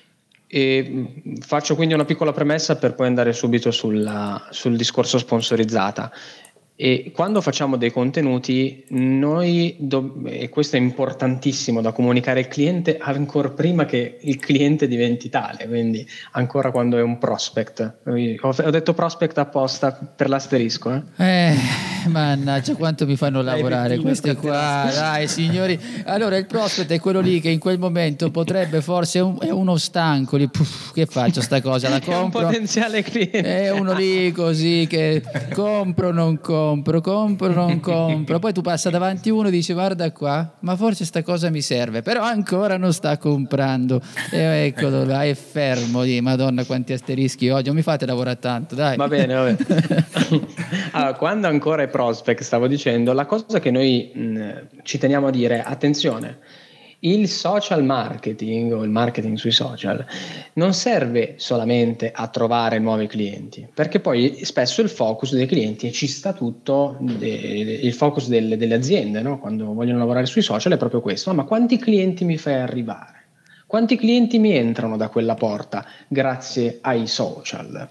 Speaker 2: E faccio quindi una piccola premessa per poi andare subito sulla, sul discorso sponsorizzata. E quando facciamo dei contenuti, noi do- e questo è importantissimo da comunicare al cliente ancora prima che il cliente diventi tale, quindi ancora quando è un prospect. Ho, ho detto prospect apposta per l'asterisco. Eh,
Speaker 5: eh mannaggia, quanto mi fanno lavorare questi qua, dai signori. Allora il prospect è quello lì che in quel momento potrebbe, forse è, un, è uno stanco lì, puff, che faccio sta cosa, la compro,
Speaker 2: è un potenziale cliente,
Speaker 5: è uno lì così che compro non compro, compro non compro, poi tu passa davanti uno e dici guarda qua, ma forse sta cosa mi serve, però ancora non sta comprando, e eccolo là, è fermo lì. Madonna quanti asterischi oggi, non mi fate lavorare tanto, dai.
Speaker 2: Va bene, va bene. Allora, quando ancora è prospect, stavo dicendo, la cosa che noi mh, ci teniamo a dire, attenzione, il social marketing o il marketing sui social non serve solamente a trovare nuovi clienti, perché poi spesso il focus dei clienti, e ci sta tutto, il focus delle, delle aziende, no? Quando vogliono lavorare sui social è proprio questo: ma quanti clienti mi fai arrivare? Quanti clienti mi entrano da quella porta grazie ai social?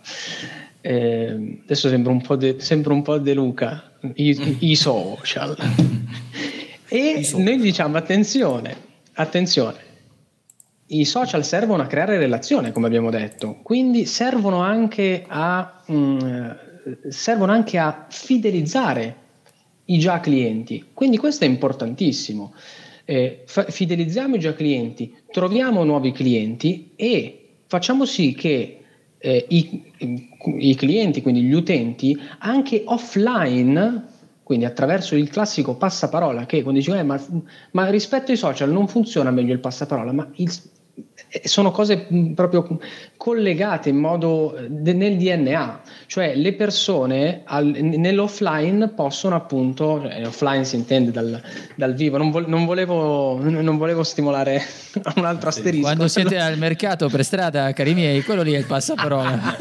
Speaker 2: Eh, adesso sembra un po' de, sembra un po' De Luca, i, i social. E
Speaker 4: I social.
Speaker 2: noi diciamo attenzione, attenzione, i social servono a creare relazione, come abbiamo detto, quindi servono anche a, mh, servono anche a fidelizzare i già clienti, quindi questo è importantissimo. Eh, fa- fidelizziamo i già clienti, troviamo nuovi clienti e facciamo sì che eh, i, i clienti, quindi gli utenti, anche offline, quindi attraverso il classico passaparola, che quando dici eh, ma, ma rispetto ai social non funziona meglio il passaparola, ma il, sono cose proprio collegate in modo de, nel D N A, cioè le persone al, nell'offline possono appunto, cioè, offline si intende dal, dal vivo, non, vo, non, volevo, non volevo stimolare un altro asterisco.
Speaker 5: Quando siete al mercato per strada, cari miei, quello lì è il passaparola.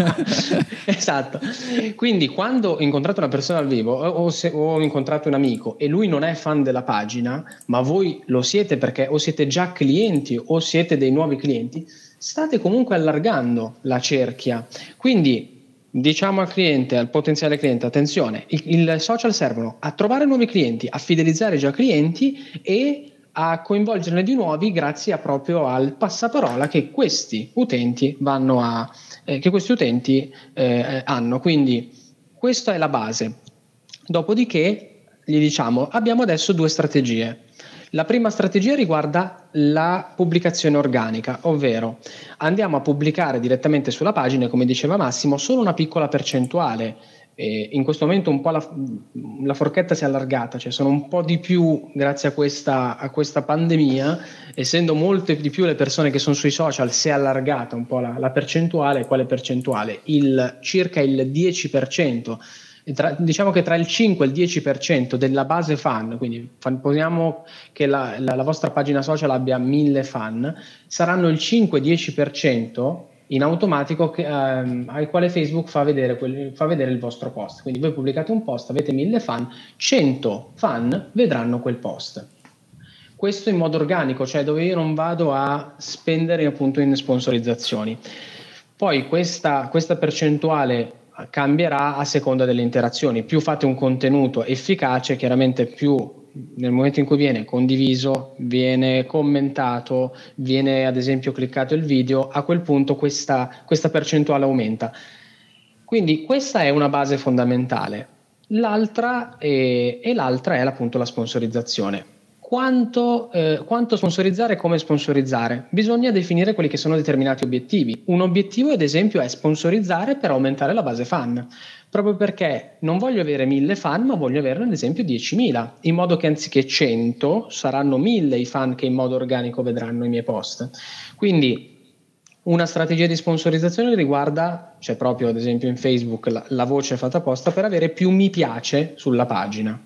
Speaker 2: Esatto, quindi quando ho incontrato una persona al vivo o, se, o ho incontrato un amico e lui non è fan della pagina, ma voi lo siete perché o siete già clienti o siete dei nuovi clienti, state comunque allargando la cerchia. Quindi diciamo al cliente, al potenziale cliente: attenzione, i, i social servono a trovare nuovi clienti, a fidelizzare già clienti e a coinvolgerne di nuovi grazie a proprio al passaparola che questi utenti vanno a eh, che questi utenti eh, hanno. Quindi questa è la base. Dopodiché gli diciamo: abbiamo adesso due strategie. La prima strategia riguarda la pubblicazione organica, ovvero andiamo a pubblicare direttamente sulla pagina, come diceva Massimo, solo una piccola percentuale. E in questo momento un po' la, la forchetta si è allargata, cioè sono un po' di più grazie a questa, a questa pandemia, essendo molte di più le persone che sono sui social, si è allargata un po' la, la percentuale. Quale percentuale? Il, circa il dieci per cento. Tra, diciamo che tra il cinque e il dieci per cento della base fan, quindi poniamo che la, la, la vostra pagina social abbia mille fan, saranno il cinque-dieci per cento in automatico che, ehm, al quale Facebook fa vedere, quel, fa vedere il vostro post. Quindi voi pubblicate un post, avete mille fan, cento fan vedranno quel post. Questo in modo organico, cioè dove io non vado a spendere appunto in sponsorizzazioni. Poi questa, questa percentuale cambierà a seconda delle interazioni. Più fate un contenuto efficace, chiaramente più nel momento in cui viene condiviso, viene commentato, viene ad esempio cliccato il video, a quel punto questa, questa percentuale aumenta. Quindi questa è una base fondamentale. L'altra è, e l'altra è appunto la sponsorizzazione. Quanto, eh, quanto sponsorizzare e come sponsorizzare? Bisogna definire quelli che sono determinati obiettivi. Un obiettivo, ad esempio, è sponsorizzare per aumentare la base fan, proprio perché non voglio avere mille fan, ma voglio averne ad esempio diecimila, in modo che anziché cento saranno mille i fan che in modo organico vedranno i miei post. Quindi una strategia di sponsorizzazione riguarda, c'è proprio ad esempio in Facebook la, la voce fatta apposta per avere più mi piace sulla pagina.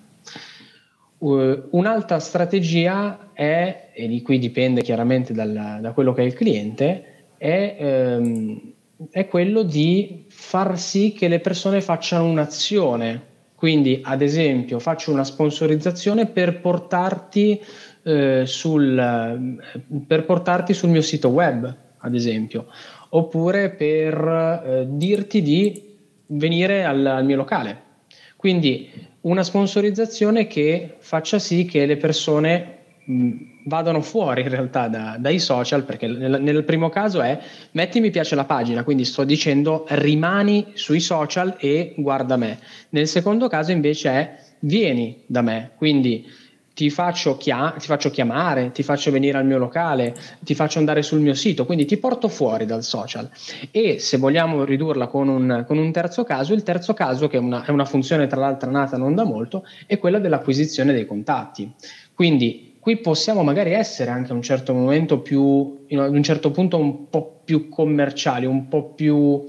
Speaker 2: Uh, un'altra strategia è, e di qui dipende chiaramente dal, da quello che è il cliente, è, ehm, è quello di far sì che le persone facciano un'azione. Quindi ad esempio faccio una sponsorizzazione per portarti, eh, sul, per portarti sul mio sito web, ad esempio, oppure per eh, dirti di venire al, al mio locale. Quindi una sponsorizzazione che faccia sì che le persone mh, vadano fuori in realtà da, dai social, perché nel, nel primo caso è metti mi piace la pagina, quindi sto dicendo rimani sui social e guarda me. Nel secondo caso invece è vieni da me, quindi ti faccio, chia- ti faccio chiamare, ti faccio venire al mio locale, ti faccio andare sul mio sito, quindi ti porto fuori dal social. E se vogliamo ridurla con un, con un terzo caso, il terzo caso, che è una, è una funzione tra l'altro nata non da molto, è quella dell'acquisizione dei contatti. Quindi qui possiamo magari essere anche a un certo momento più, ad un certo punto un po' più commerciali, un po' più...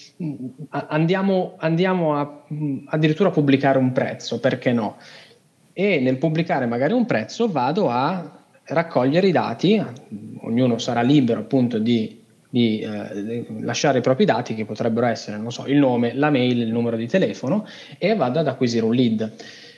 Speaker 2: andiamo, andiamo a addirittura pubblicare un prezzo, perché no? E nel pubblicare magari un prezzo vado a raccogliere i dati, ognuno sarà libero appunto di di eh, lasciare i propri dati, che potrebbero essere, non so, il nome, la mail, il numero di telefono, e vada ad acquisire un lead.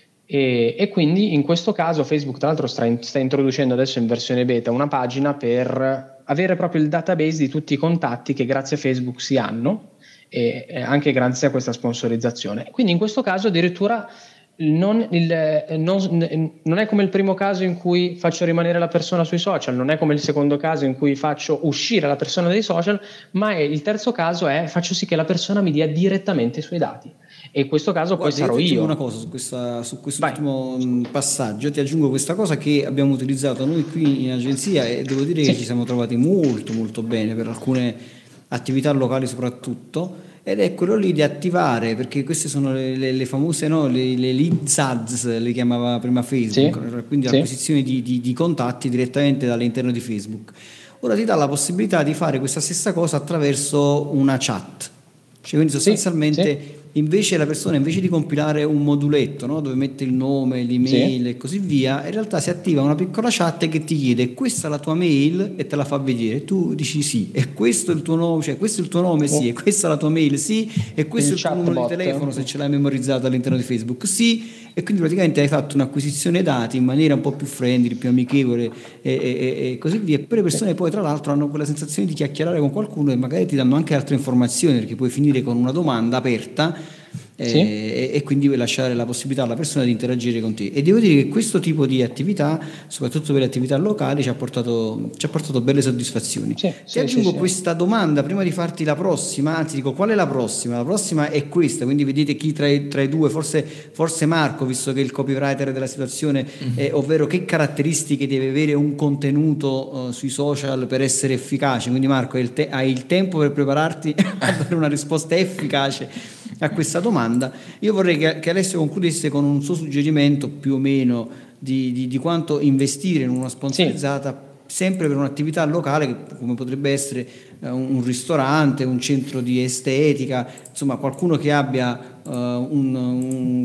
Speaker 2: E, e quindi in questo caso Facebook, tra l'altro, sta, in, sta introducendo adesso in versione beta una pagina per avere proprio il database di tutti i contatti che grazie a Facebook si hanno, e, e anche grazie a questa sponsorizzazione. Quindi in questo caso addirittura Non, il, non, non è come il primo caso in cui faccio rimanere la persona sui social, non è come il secondo caso in cui faccio uscire la persona dai social, ma è, il terzo caso è faccio sì che la persona mi dia direttamente i suoi dati, e in questo caso
Speaker 4: Guarda,
Speaker 2: poi sarò
Speaker 4: io. Ti
Speaker 2: io.
Speaker 4: una cosa su, questa, su quest'ultimo passaggio, ti aggiungo questa cosa che abbiamo utilizzato noi qui in agenzia, e devo dire sì. che ci siamo trovati molto molto bene per alcune attività locali soprattutto. Ed è quello lì di attivare, perché queste sono le, le, le famose, no, le, le lead ads, le chiamava prima Facebook, sì, quindi sì. l'acquisizione di, di, di contatti direttamente dall'interno di Facebook. Ora ti dà la possibilità di fare questa stessa cosa attraverso una chat, cioè quindi sostanzialmente sì, sì. invece la persona, invece di compilare un moduletto, no, dove mette il nome, l'email sì. e così via, in realtà si attiva una piccola chat che ti chiede: questa è la tua mail, e te la fa vedere, tu dici sì, e questo è il tuo nome, cioè questo è il tuo nome, sì, e questa è la tua mail, sì, e questo il è il tuo numero bot. di telefono, se ce l'hai memorizzato all'interno di Facebook, sì. E quindi praticamente hai fatto un'acquisizione dati in maniera un po' più friendly, più amichevole e, e, e così via. E poi le persone poi tra l'altro hanno quella sensazione di chiacchierare con qualcuno, e magari ti danno anche altre informazioni, perché puoi finire con una domanda aperta sì. e, e quindi vuoi lasciare la possibilità alla persona di interagire con te. E devo dire che questo tipo di attività, soprattutto per le attività locali, ci ha portato, ci ha portato belle soddisfazioni. Sì, ti sì, aggiungo sì, questa sì. domanda prima di farti la prossima, anzi dico qual è la prossima? La prossima è questa, quindi vedete chi tra i, tra i due, forse, forse Marco, visto che è il copywriter della situazione, mm-hmm. eh, ovvero che caratteristiche deve avere un contenuto uh, sui social per essere efficace. Quindi Marco, hai il, te- hai il tempo per prepararti a dare una risposta efficace a questa domanda. Io vorrei che, che Alessio concludesse con un suo suggerimento più o meno di, di, di quanto investire in una sponsorizzata, sì. sempre per un'attività locale, che, come potrebbe essere uh, un ristorante, un centro di estetica, insomma qualcuno che abbia uh, un, un,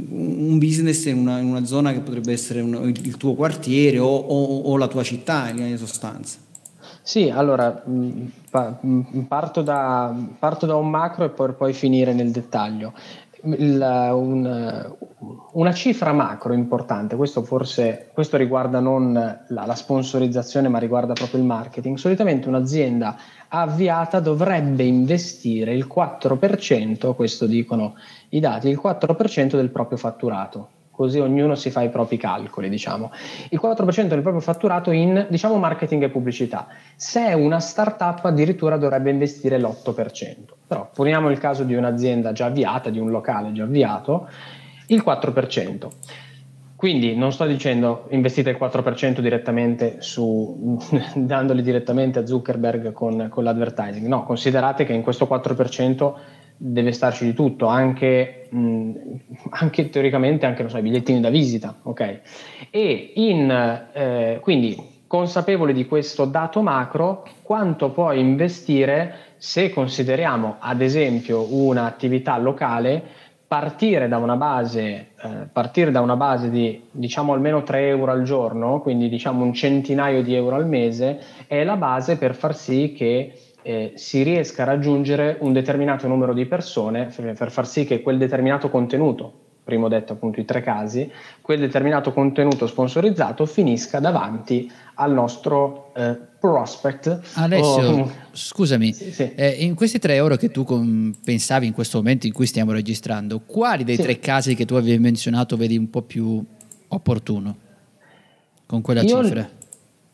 Speaker 4: un business in una, in una zona che potrebbe essere un, il tuo quartiere o, o, o la tua città, in linea di sostanza.
Speaker 2: Sì, allora parto da, parto da un macro e per poi finire nel dettaglio. Il, un, una cifra macro importante, questo forse questo riguarda non la, la sponsorizzazione, ma riguarda proprio il marketing. Solitamente un'azienda avviata dovrebbe investire il quattro per cento, questo dicono i dati, il quattro per cento del proprio fatturato. Così ognuno si fa i propri calcoli, diciamo. Il quattro per cento del proprio fatturato in, diciamo, marketing e pubblicità. Se è una startup addirittura dovrebbe investire l'otto per cento. Però poniamo il caso di un'azienda già avviata, di un locale già avviato, il quattro per cento. Quindi non sto dicendo investite il quattro per cento direttamente su, dandoli direttamente a Zuckerberg con, con l'advertising. No, considerate che in questo quattro per cento deve starci di tutto, anche, mh, anche teoricamente anche non so, i bigliettini da visita, ok? E in, eh, quindi consapevoli di questo dato macro, quanto puoi investire se consideriamo ad esempio un'attività locale, partire da una base, eh, partire da una base di diciamo almeno tre euro al giorno, quindi diciamo un centinaio di euro al mese, è la base per far sì che Eh, si riesca a raggiungere un determinato numero di persone, per far sì che quel determinato contenuto, primo detto appunto i tre casi, quel determinato contenuto sponsorizzato finisca davanti al nostro eh, prospect.
Speaker 5: Alessio,
Speaker 2: oh,
Speaker 5: scusami,
Speaker 2: sì, sì.
Speaker 5: Eh, in questi tre euro che tu com- pensavi in questo momento in cui stiamo registrando, quali dei sì. tre casi che tu avevi menzionato vedi un po' più opportuno con quella
Speaker 2: Io
Speaker 5: cifra?
Speaker 2: L-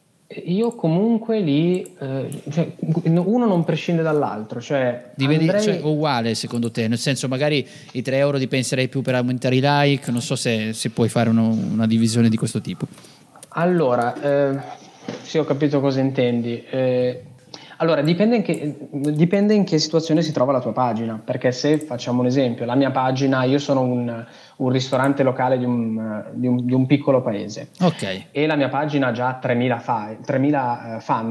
Speaker 2: Io comunque lì, eh, cioè, uno non prescinde dall'altro, cioè,
Speaker 5: Divedi,
Speaker 2: andrei...
Speaker 5: cioè uguale secondo te, nel senso magari i tre euro li penserei più per aumentare i like, non so se, se puoi fare uno, una divisione di questo tipo.
Speaker 2: Allora, eh, sì, ho capito cosa intendi. Eh, allora, dipende in, che, dipende in che situazione si trova la tua pagina, perché se facciamo un esempio, la mia pagina, io sono un, un ristorante locale di un, di, un, di un piccolo paese,
Speaker 5: ok,
Speaker 2: e la mia pagina ha già tremila, fa, tremila fan,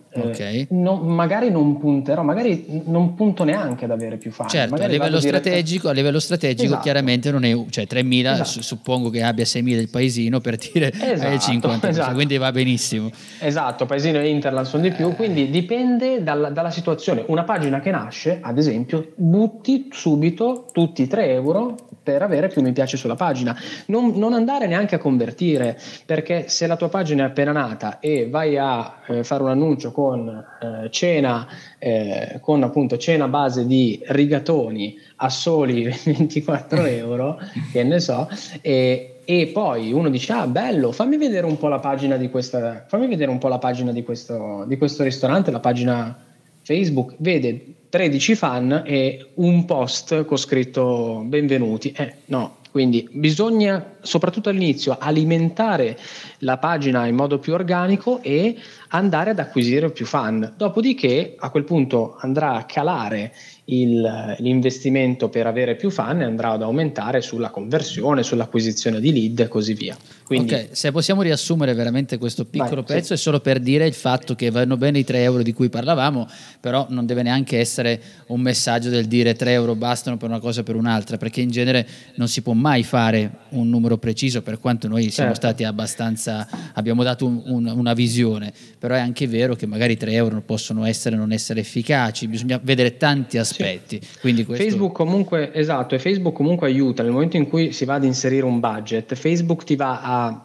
Speaker 2: Okay. Eh, non, magari non punterò, magari non punto neanche ad avere più fan.
Speaker 5: Certo,
Speaker 2: magari
Speaker 5: a livello
Speaker 2: diretta...
Speaker 5: strategico, a livello strategico esatto. chiaramente non è, cioè tremila, esatto. suppongo che abbia seimila il paesino per dire esatto, eh, cinquanta, esatto. quindi va benissimo.
Speaker 2: Esatto, paesino e Interland sono di più, quindi dipende dalla, dalla situazione. Una pagina che nasce, ad esempio, butti subito tutti i tre euro per avere più mi piace sulla pagina, non, non andare neanche a convertire, perché se la tua pagina è appena nata e vai a eh, fare un annuncio con eh, cena eh, con appunto cena base di rigatoni a soli ventiquattro euro, che ne so, e, e poi uno dice ah bello, fammi vedere un po' la pagina di questa, fammi vedere un po' la pagina di questo, di questo ristorante, la pagina Facebook, vede tredici fan e un post con scritto benvenuti. Eh, no, quindi bisogna soprattutto all'inizio alimentare la pagina in modo più organico e andare ad acquisire più fan. Dopodiché a quel punto andrà a calare il, l'investimento per avere più fan e andrà ad aumentare sulla conversione, sull'acquisizione di lead e così via. Quindi,
Speaker 5: ok, se possiamo riassumere veramente questo piccolo
Speaker 2: vai,
Speaker 5: pezzo
Speaker 2: sì.
Speaker 5: è solo per dire il fatto che vanno bene i tre euro di cui parlavamo, però non deve neanche essere un messaggio del dire tre euro bastano per una cosa o per un'altra, perché in genere non si può mai fare un numero preciso, per quanto noi siamo
Speaker 2: certo.
Speaker 5: stati abbastanza, abbiamo dato un, un, una visione, però è anche vero che magari tre euro possono essere non essere efficaci, bisogna vedere tanti aspetti. Sì. Quindi questo...
Speaker 2: Facebook comunque, esatto, e Facebook comunque aiuta nel momento in cui si va ad inserire un budget, Facebook ti va a,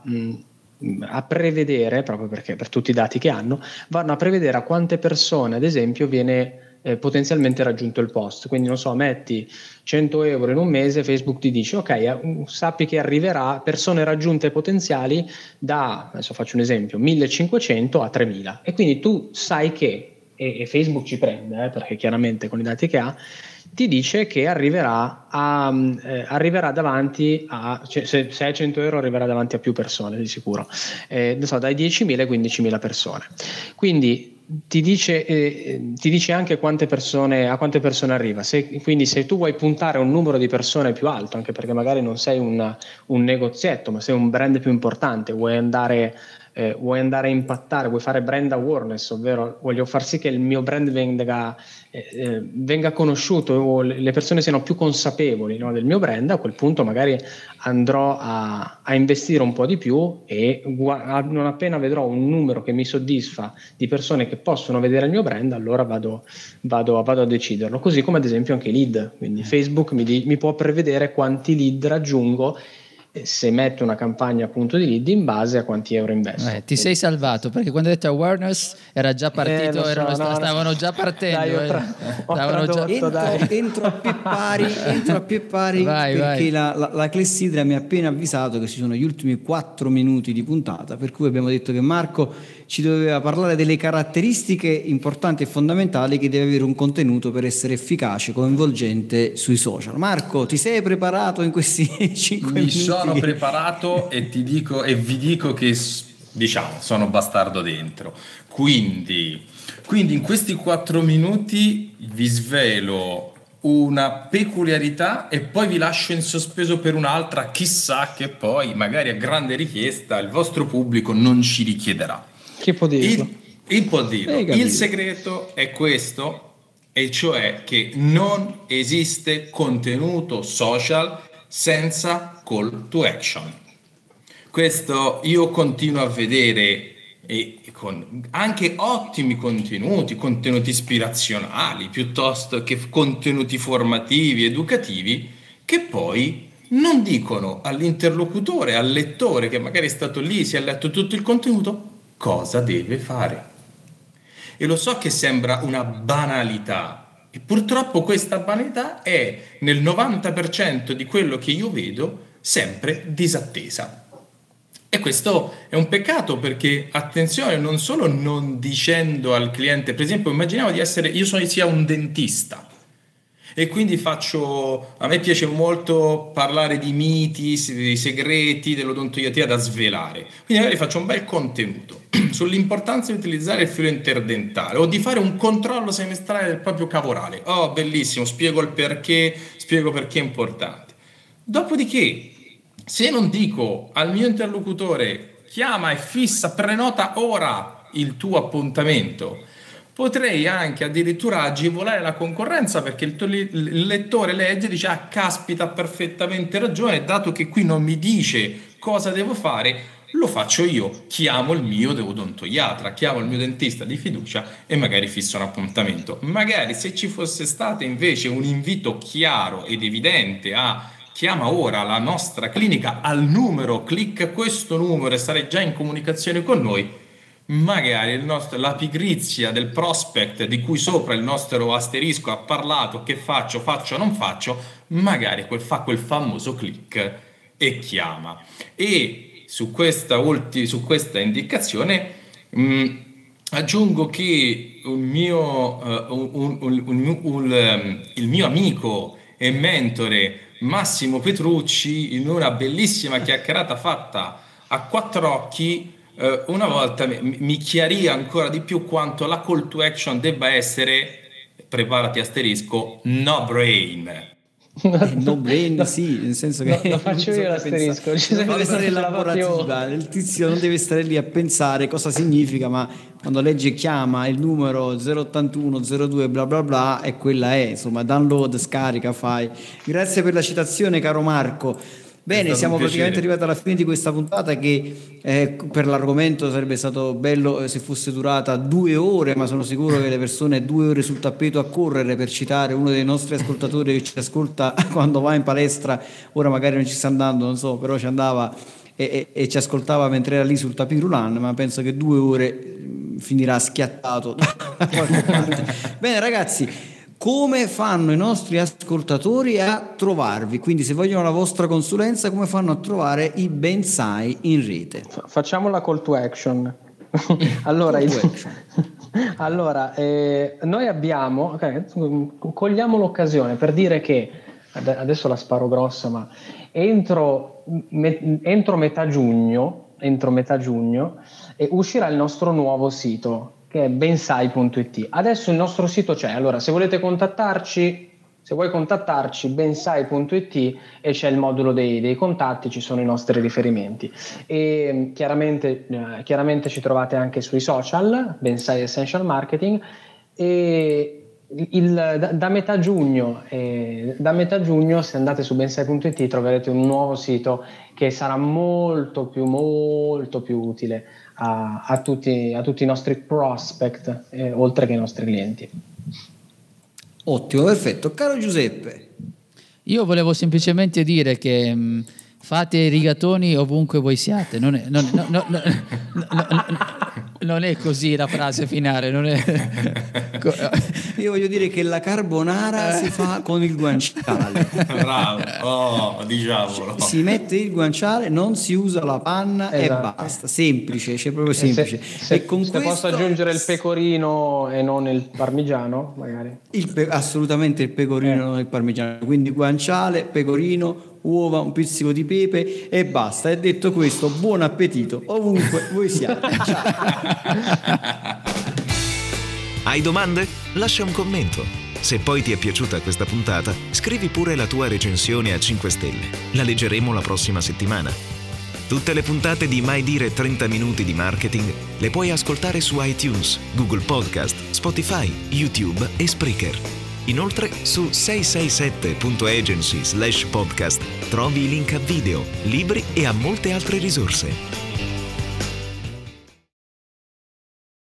Speaker 2: mh, a prevedere, proprio perché per tutti i dati che hanno, vanno a prevedere a quante persone ad esempio viene eh, potenzialmente raggiunto il post, quindi non so, metti cento euro in un mese, Facebook ti dice ok, eh, sappi che arriverà persone raggiunte potenziali da, adesso faccio un esempio, millecinquecento a tremila, e quindi tu sai che e Facebook ci prende, eh, perché chiaramente con i dati che ha ti dice che arriverà a, eh, arriverà davanti a, cioè, se, se è cento euro arriverà davanti a più persone di sicuro, eh, non so, dai diecimila ai quindicimila persone, quindi ti dice, eh, ti dice anche quante persone, a quante persone arriva, se, quindi se tu vuoi puntare a un numero di persone più alto, anche perché magari non sei una, un negozietto ma sei un brand più importante, vuoi andare Eh, vuoi andare a impattare, vuoi fare brand awareness, ovvero voglio far sì che il mio brand venga, eh, eh, venga conosciuto o le persone siano più consapevoli, no, del mio brand, a quel punto magari andrò a, a investire un po' di più e gu- non appena vedrò un numero che mi soddisfa di persone che possono vedere il mio brand, allora vado, vado, vado a deciderlo, così come ad esempio anche i lead, quindi Facebook mi, di, mi può prevedere quanti lead raggiungo se metto una campagna appunto di lead in base a quanti euro investo.
Speaker 5: Eh, ti sei salvato, perché quando hai detto awareness era già partito,
Speaker 2: eh, so,
Speaker 5: erano,
Speaker 2: no,
Speaker 5: stavano
Speaker 2: no.
Speaker 5: già partendo.
Speaker 2: Dai, ho tra-
Speaker 5: eh.
Speaker 2: ho
Speaker 5: stavano
Speaker 2: tradotto,
Speaker 5: già...
Speaker 4: entro,
Speaker 2: dai.
Speaker 4: entro a Peppari, entro a Peppari
Speaker 5: vai,
Speaker 4: perché
Speaker 5: vai.
Speaker 4: La, la, la Clessidra mi ha appena avvisato che ci sono gli ultimi quattro minuti di puntata, per cui abbiamo detto che Marco ci doveva parlare delle caratteristiche importanti e fondamentali che deve avere un contenuto per essere efficace, coinvolgente sui social. Marco, ti sei preparato in questi cinque minuti?
Speaker 1: Mi sono preparato e ti dico e vi dico che diciamo sono bastardo dentro. Quindi, quindi in questi quattro minuti vi svelo una peculiarità e poi vi lascio in sospeso per un'altra, chissà che poi magari a grande richiesta il vostro pubblico non ci richiederà.
Speaker 2: Chi può dirlo?
Speaker 1: Il, il, può dirlo. Il segreto è questo, e cioè che non esiste contenuto social senza call to action. Questo io continuo a vedere e con anche ottimi contenuti, contenuti ispirazionali piuttosto che contenuti formativi, educativi, che poi non dicono all'interlocutore, al lettore che magari è stato lì, si è letto tutto il contenuto, cosa deve fare. E lo so che sembra una banalità, e purtroppo questa banalità è nel novanta per cento di quello che io vedo sempre disattesa. E questo è un peccato, perché attenzione, non solo non dicendo al cliente, per esempio immaginiamo di essere, io sono sia un dentista e quindi faccio, a me piace molto parlare di miti, di segreti dell'odontoiatria da svelare, quindi magari faccio un bel contenuto sull'importanza di utilizzare il filo interdentale o di fare un controllo semestrale del proprio cavorale. Oh, bellissimo, spiego il perché, spiego perché è importante. Dopodiché, se non dico al mio interlocutore chiama e fissa, prenota ora il tuo appuntamento potrei anche addirittura agevolare la concorrenza, perché il, il lettore legge e dice ah caspita, ha perfettamente ragione, dato che qui non mi dice cosa devo fare, lo faccio io, chiamo il mio odontoiatra, chiamo il mio dentista di fiducia e magari fisso un appuntamento. Magari se ci fosse stato invece un invito chiaro ed evidente a chiama ora la nostra clinica al numero, clicca questo numero e sarai già in comunicazione con noi, magari il nostro, la pigrizia del prospect di cui sopra il nostro asterisco ha parlato, che faccio, faccio, non faccio, magari quel, fa quel famoso click e chiama. E su questa, ulti, su questa indicazione mh, aggiungo che un mio, uh, un, un, un, un, um, il mio amico e mentore Massimo Petrucci, in una bellissima chiacchierata fatta a quattro occhi, una volta mi chiarì ancora di più quanto la call to action debba essere, preparati asterisco, no brain.
Speaker 4: Eh, no brain, no, sì, nel senso che
Speaker 2: no, lo faccio io l'asterisco,
Speaker 4: non deve essere lavorativa, il tizio non deve stare lì a pensare cosa significa, ma quando legge chiama il numero zero ottantuno zero due bla bla bla e quella è, insomma, download, scarica, fai. Grazie per la citazione, caro Marco. Bene, siamo praticamente arrivati alla fine di questa puntata che eh, per l'argomento sarebbe stato bello se fosse durata due ore, ma sono sicuro che le persone due ore sul tappeto a correre, per citare uno dei nostri ascoltatori che ci ascolta quando va in palestra, ora magari non ci sta andando, non so, però ci andava e, e, e ci ascoltava mentre era lì sul tapis roulant, ma penso che due ore finirà schiattato da qualche parte. Bene ragazzi, come fanno i nostri ascoltatori a trovarvi? Quindi se vogliono la vostra consulenza, come fanno a trovare i Bensai in rete?
Speaker 2: Facciamo la call to action. allora,
Speaker 4: call to
Speaker 2: il...
Speaker 4: action.
Speaker 2: allora eh, noi abbiamo, okay, cogliamo l'occasione per dire che, adesso la sparo grossa, ma entro, me, entro metà giugno, entro metà giugno eh, uscirà il nostro nuovo sito, che è bensai punto it. Adesso il nostro sito c'è, allora se volete contattarci, se vuoi contattarci bensai punto it e c'è il modulo dei, dei contatti, ci sono i nostri riferimenti e chiaramente, eh, chiaramente ci trovate anche sui social, Bensai Essential Marketing, e il, da, da metà giugno eh, da metà giugno se andate su bensai punto it troverete un nuovo sito che sarà molto più molto più utile A, a, tutti, a tutti i nostri prospect, eh, oltre che ai nostri clienti.
Speaker 4: Ottimo, perfetto. Caro Giuseppe,
Speaker 5: io volevo semplicemente dire che mh, fate i rigatoni ovunque voi siate, non è, non, no, no, no, no, no, non è così la frase finale, non è...
Speaker 4: Io voglio dire che la carbonara si fa con il guanciale.
Speaker 1: Bravo, oh, diciamolo.
Speaker 4: Si mette il guanciale, non si usa la panna, esatto, e basta. Semplice, c'è proprio semplice.
Speaker 2: Se, se,
Speaker 4: e con
Speaker 2: se
Speaker 4: questo...
Speaker 2: posso aggiungere il pecorino e non il parmigiano, magari.
Speaker 4: Il pe- assolutamente il pecorino e eh. non il parmigiano. Quindi guanciale, pecorino, uova, un pizzico di pepe e basta. E detto questo, buon appetito ovunque voi siate.
Speaker 3: Hai domande? Lascia un commento. Se poi ti è piaciuta questa puntata, scrivi pure la tua recensione a cinque stelle. La leggeremo la prossima settimana. Tutte le puntate di Mai Dire trenta minuti di marketing le puoi ascoltare su iTunes, Google Podcast, Spotify, YouTube e Spreaker. Inoltre su sei sei sette punto agency slash podcast trovi i link a video, libri e a molte altre risorse.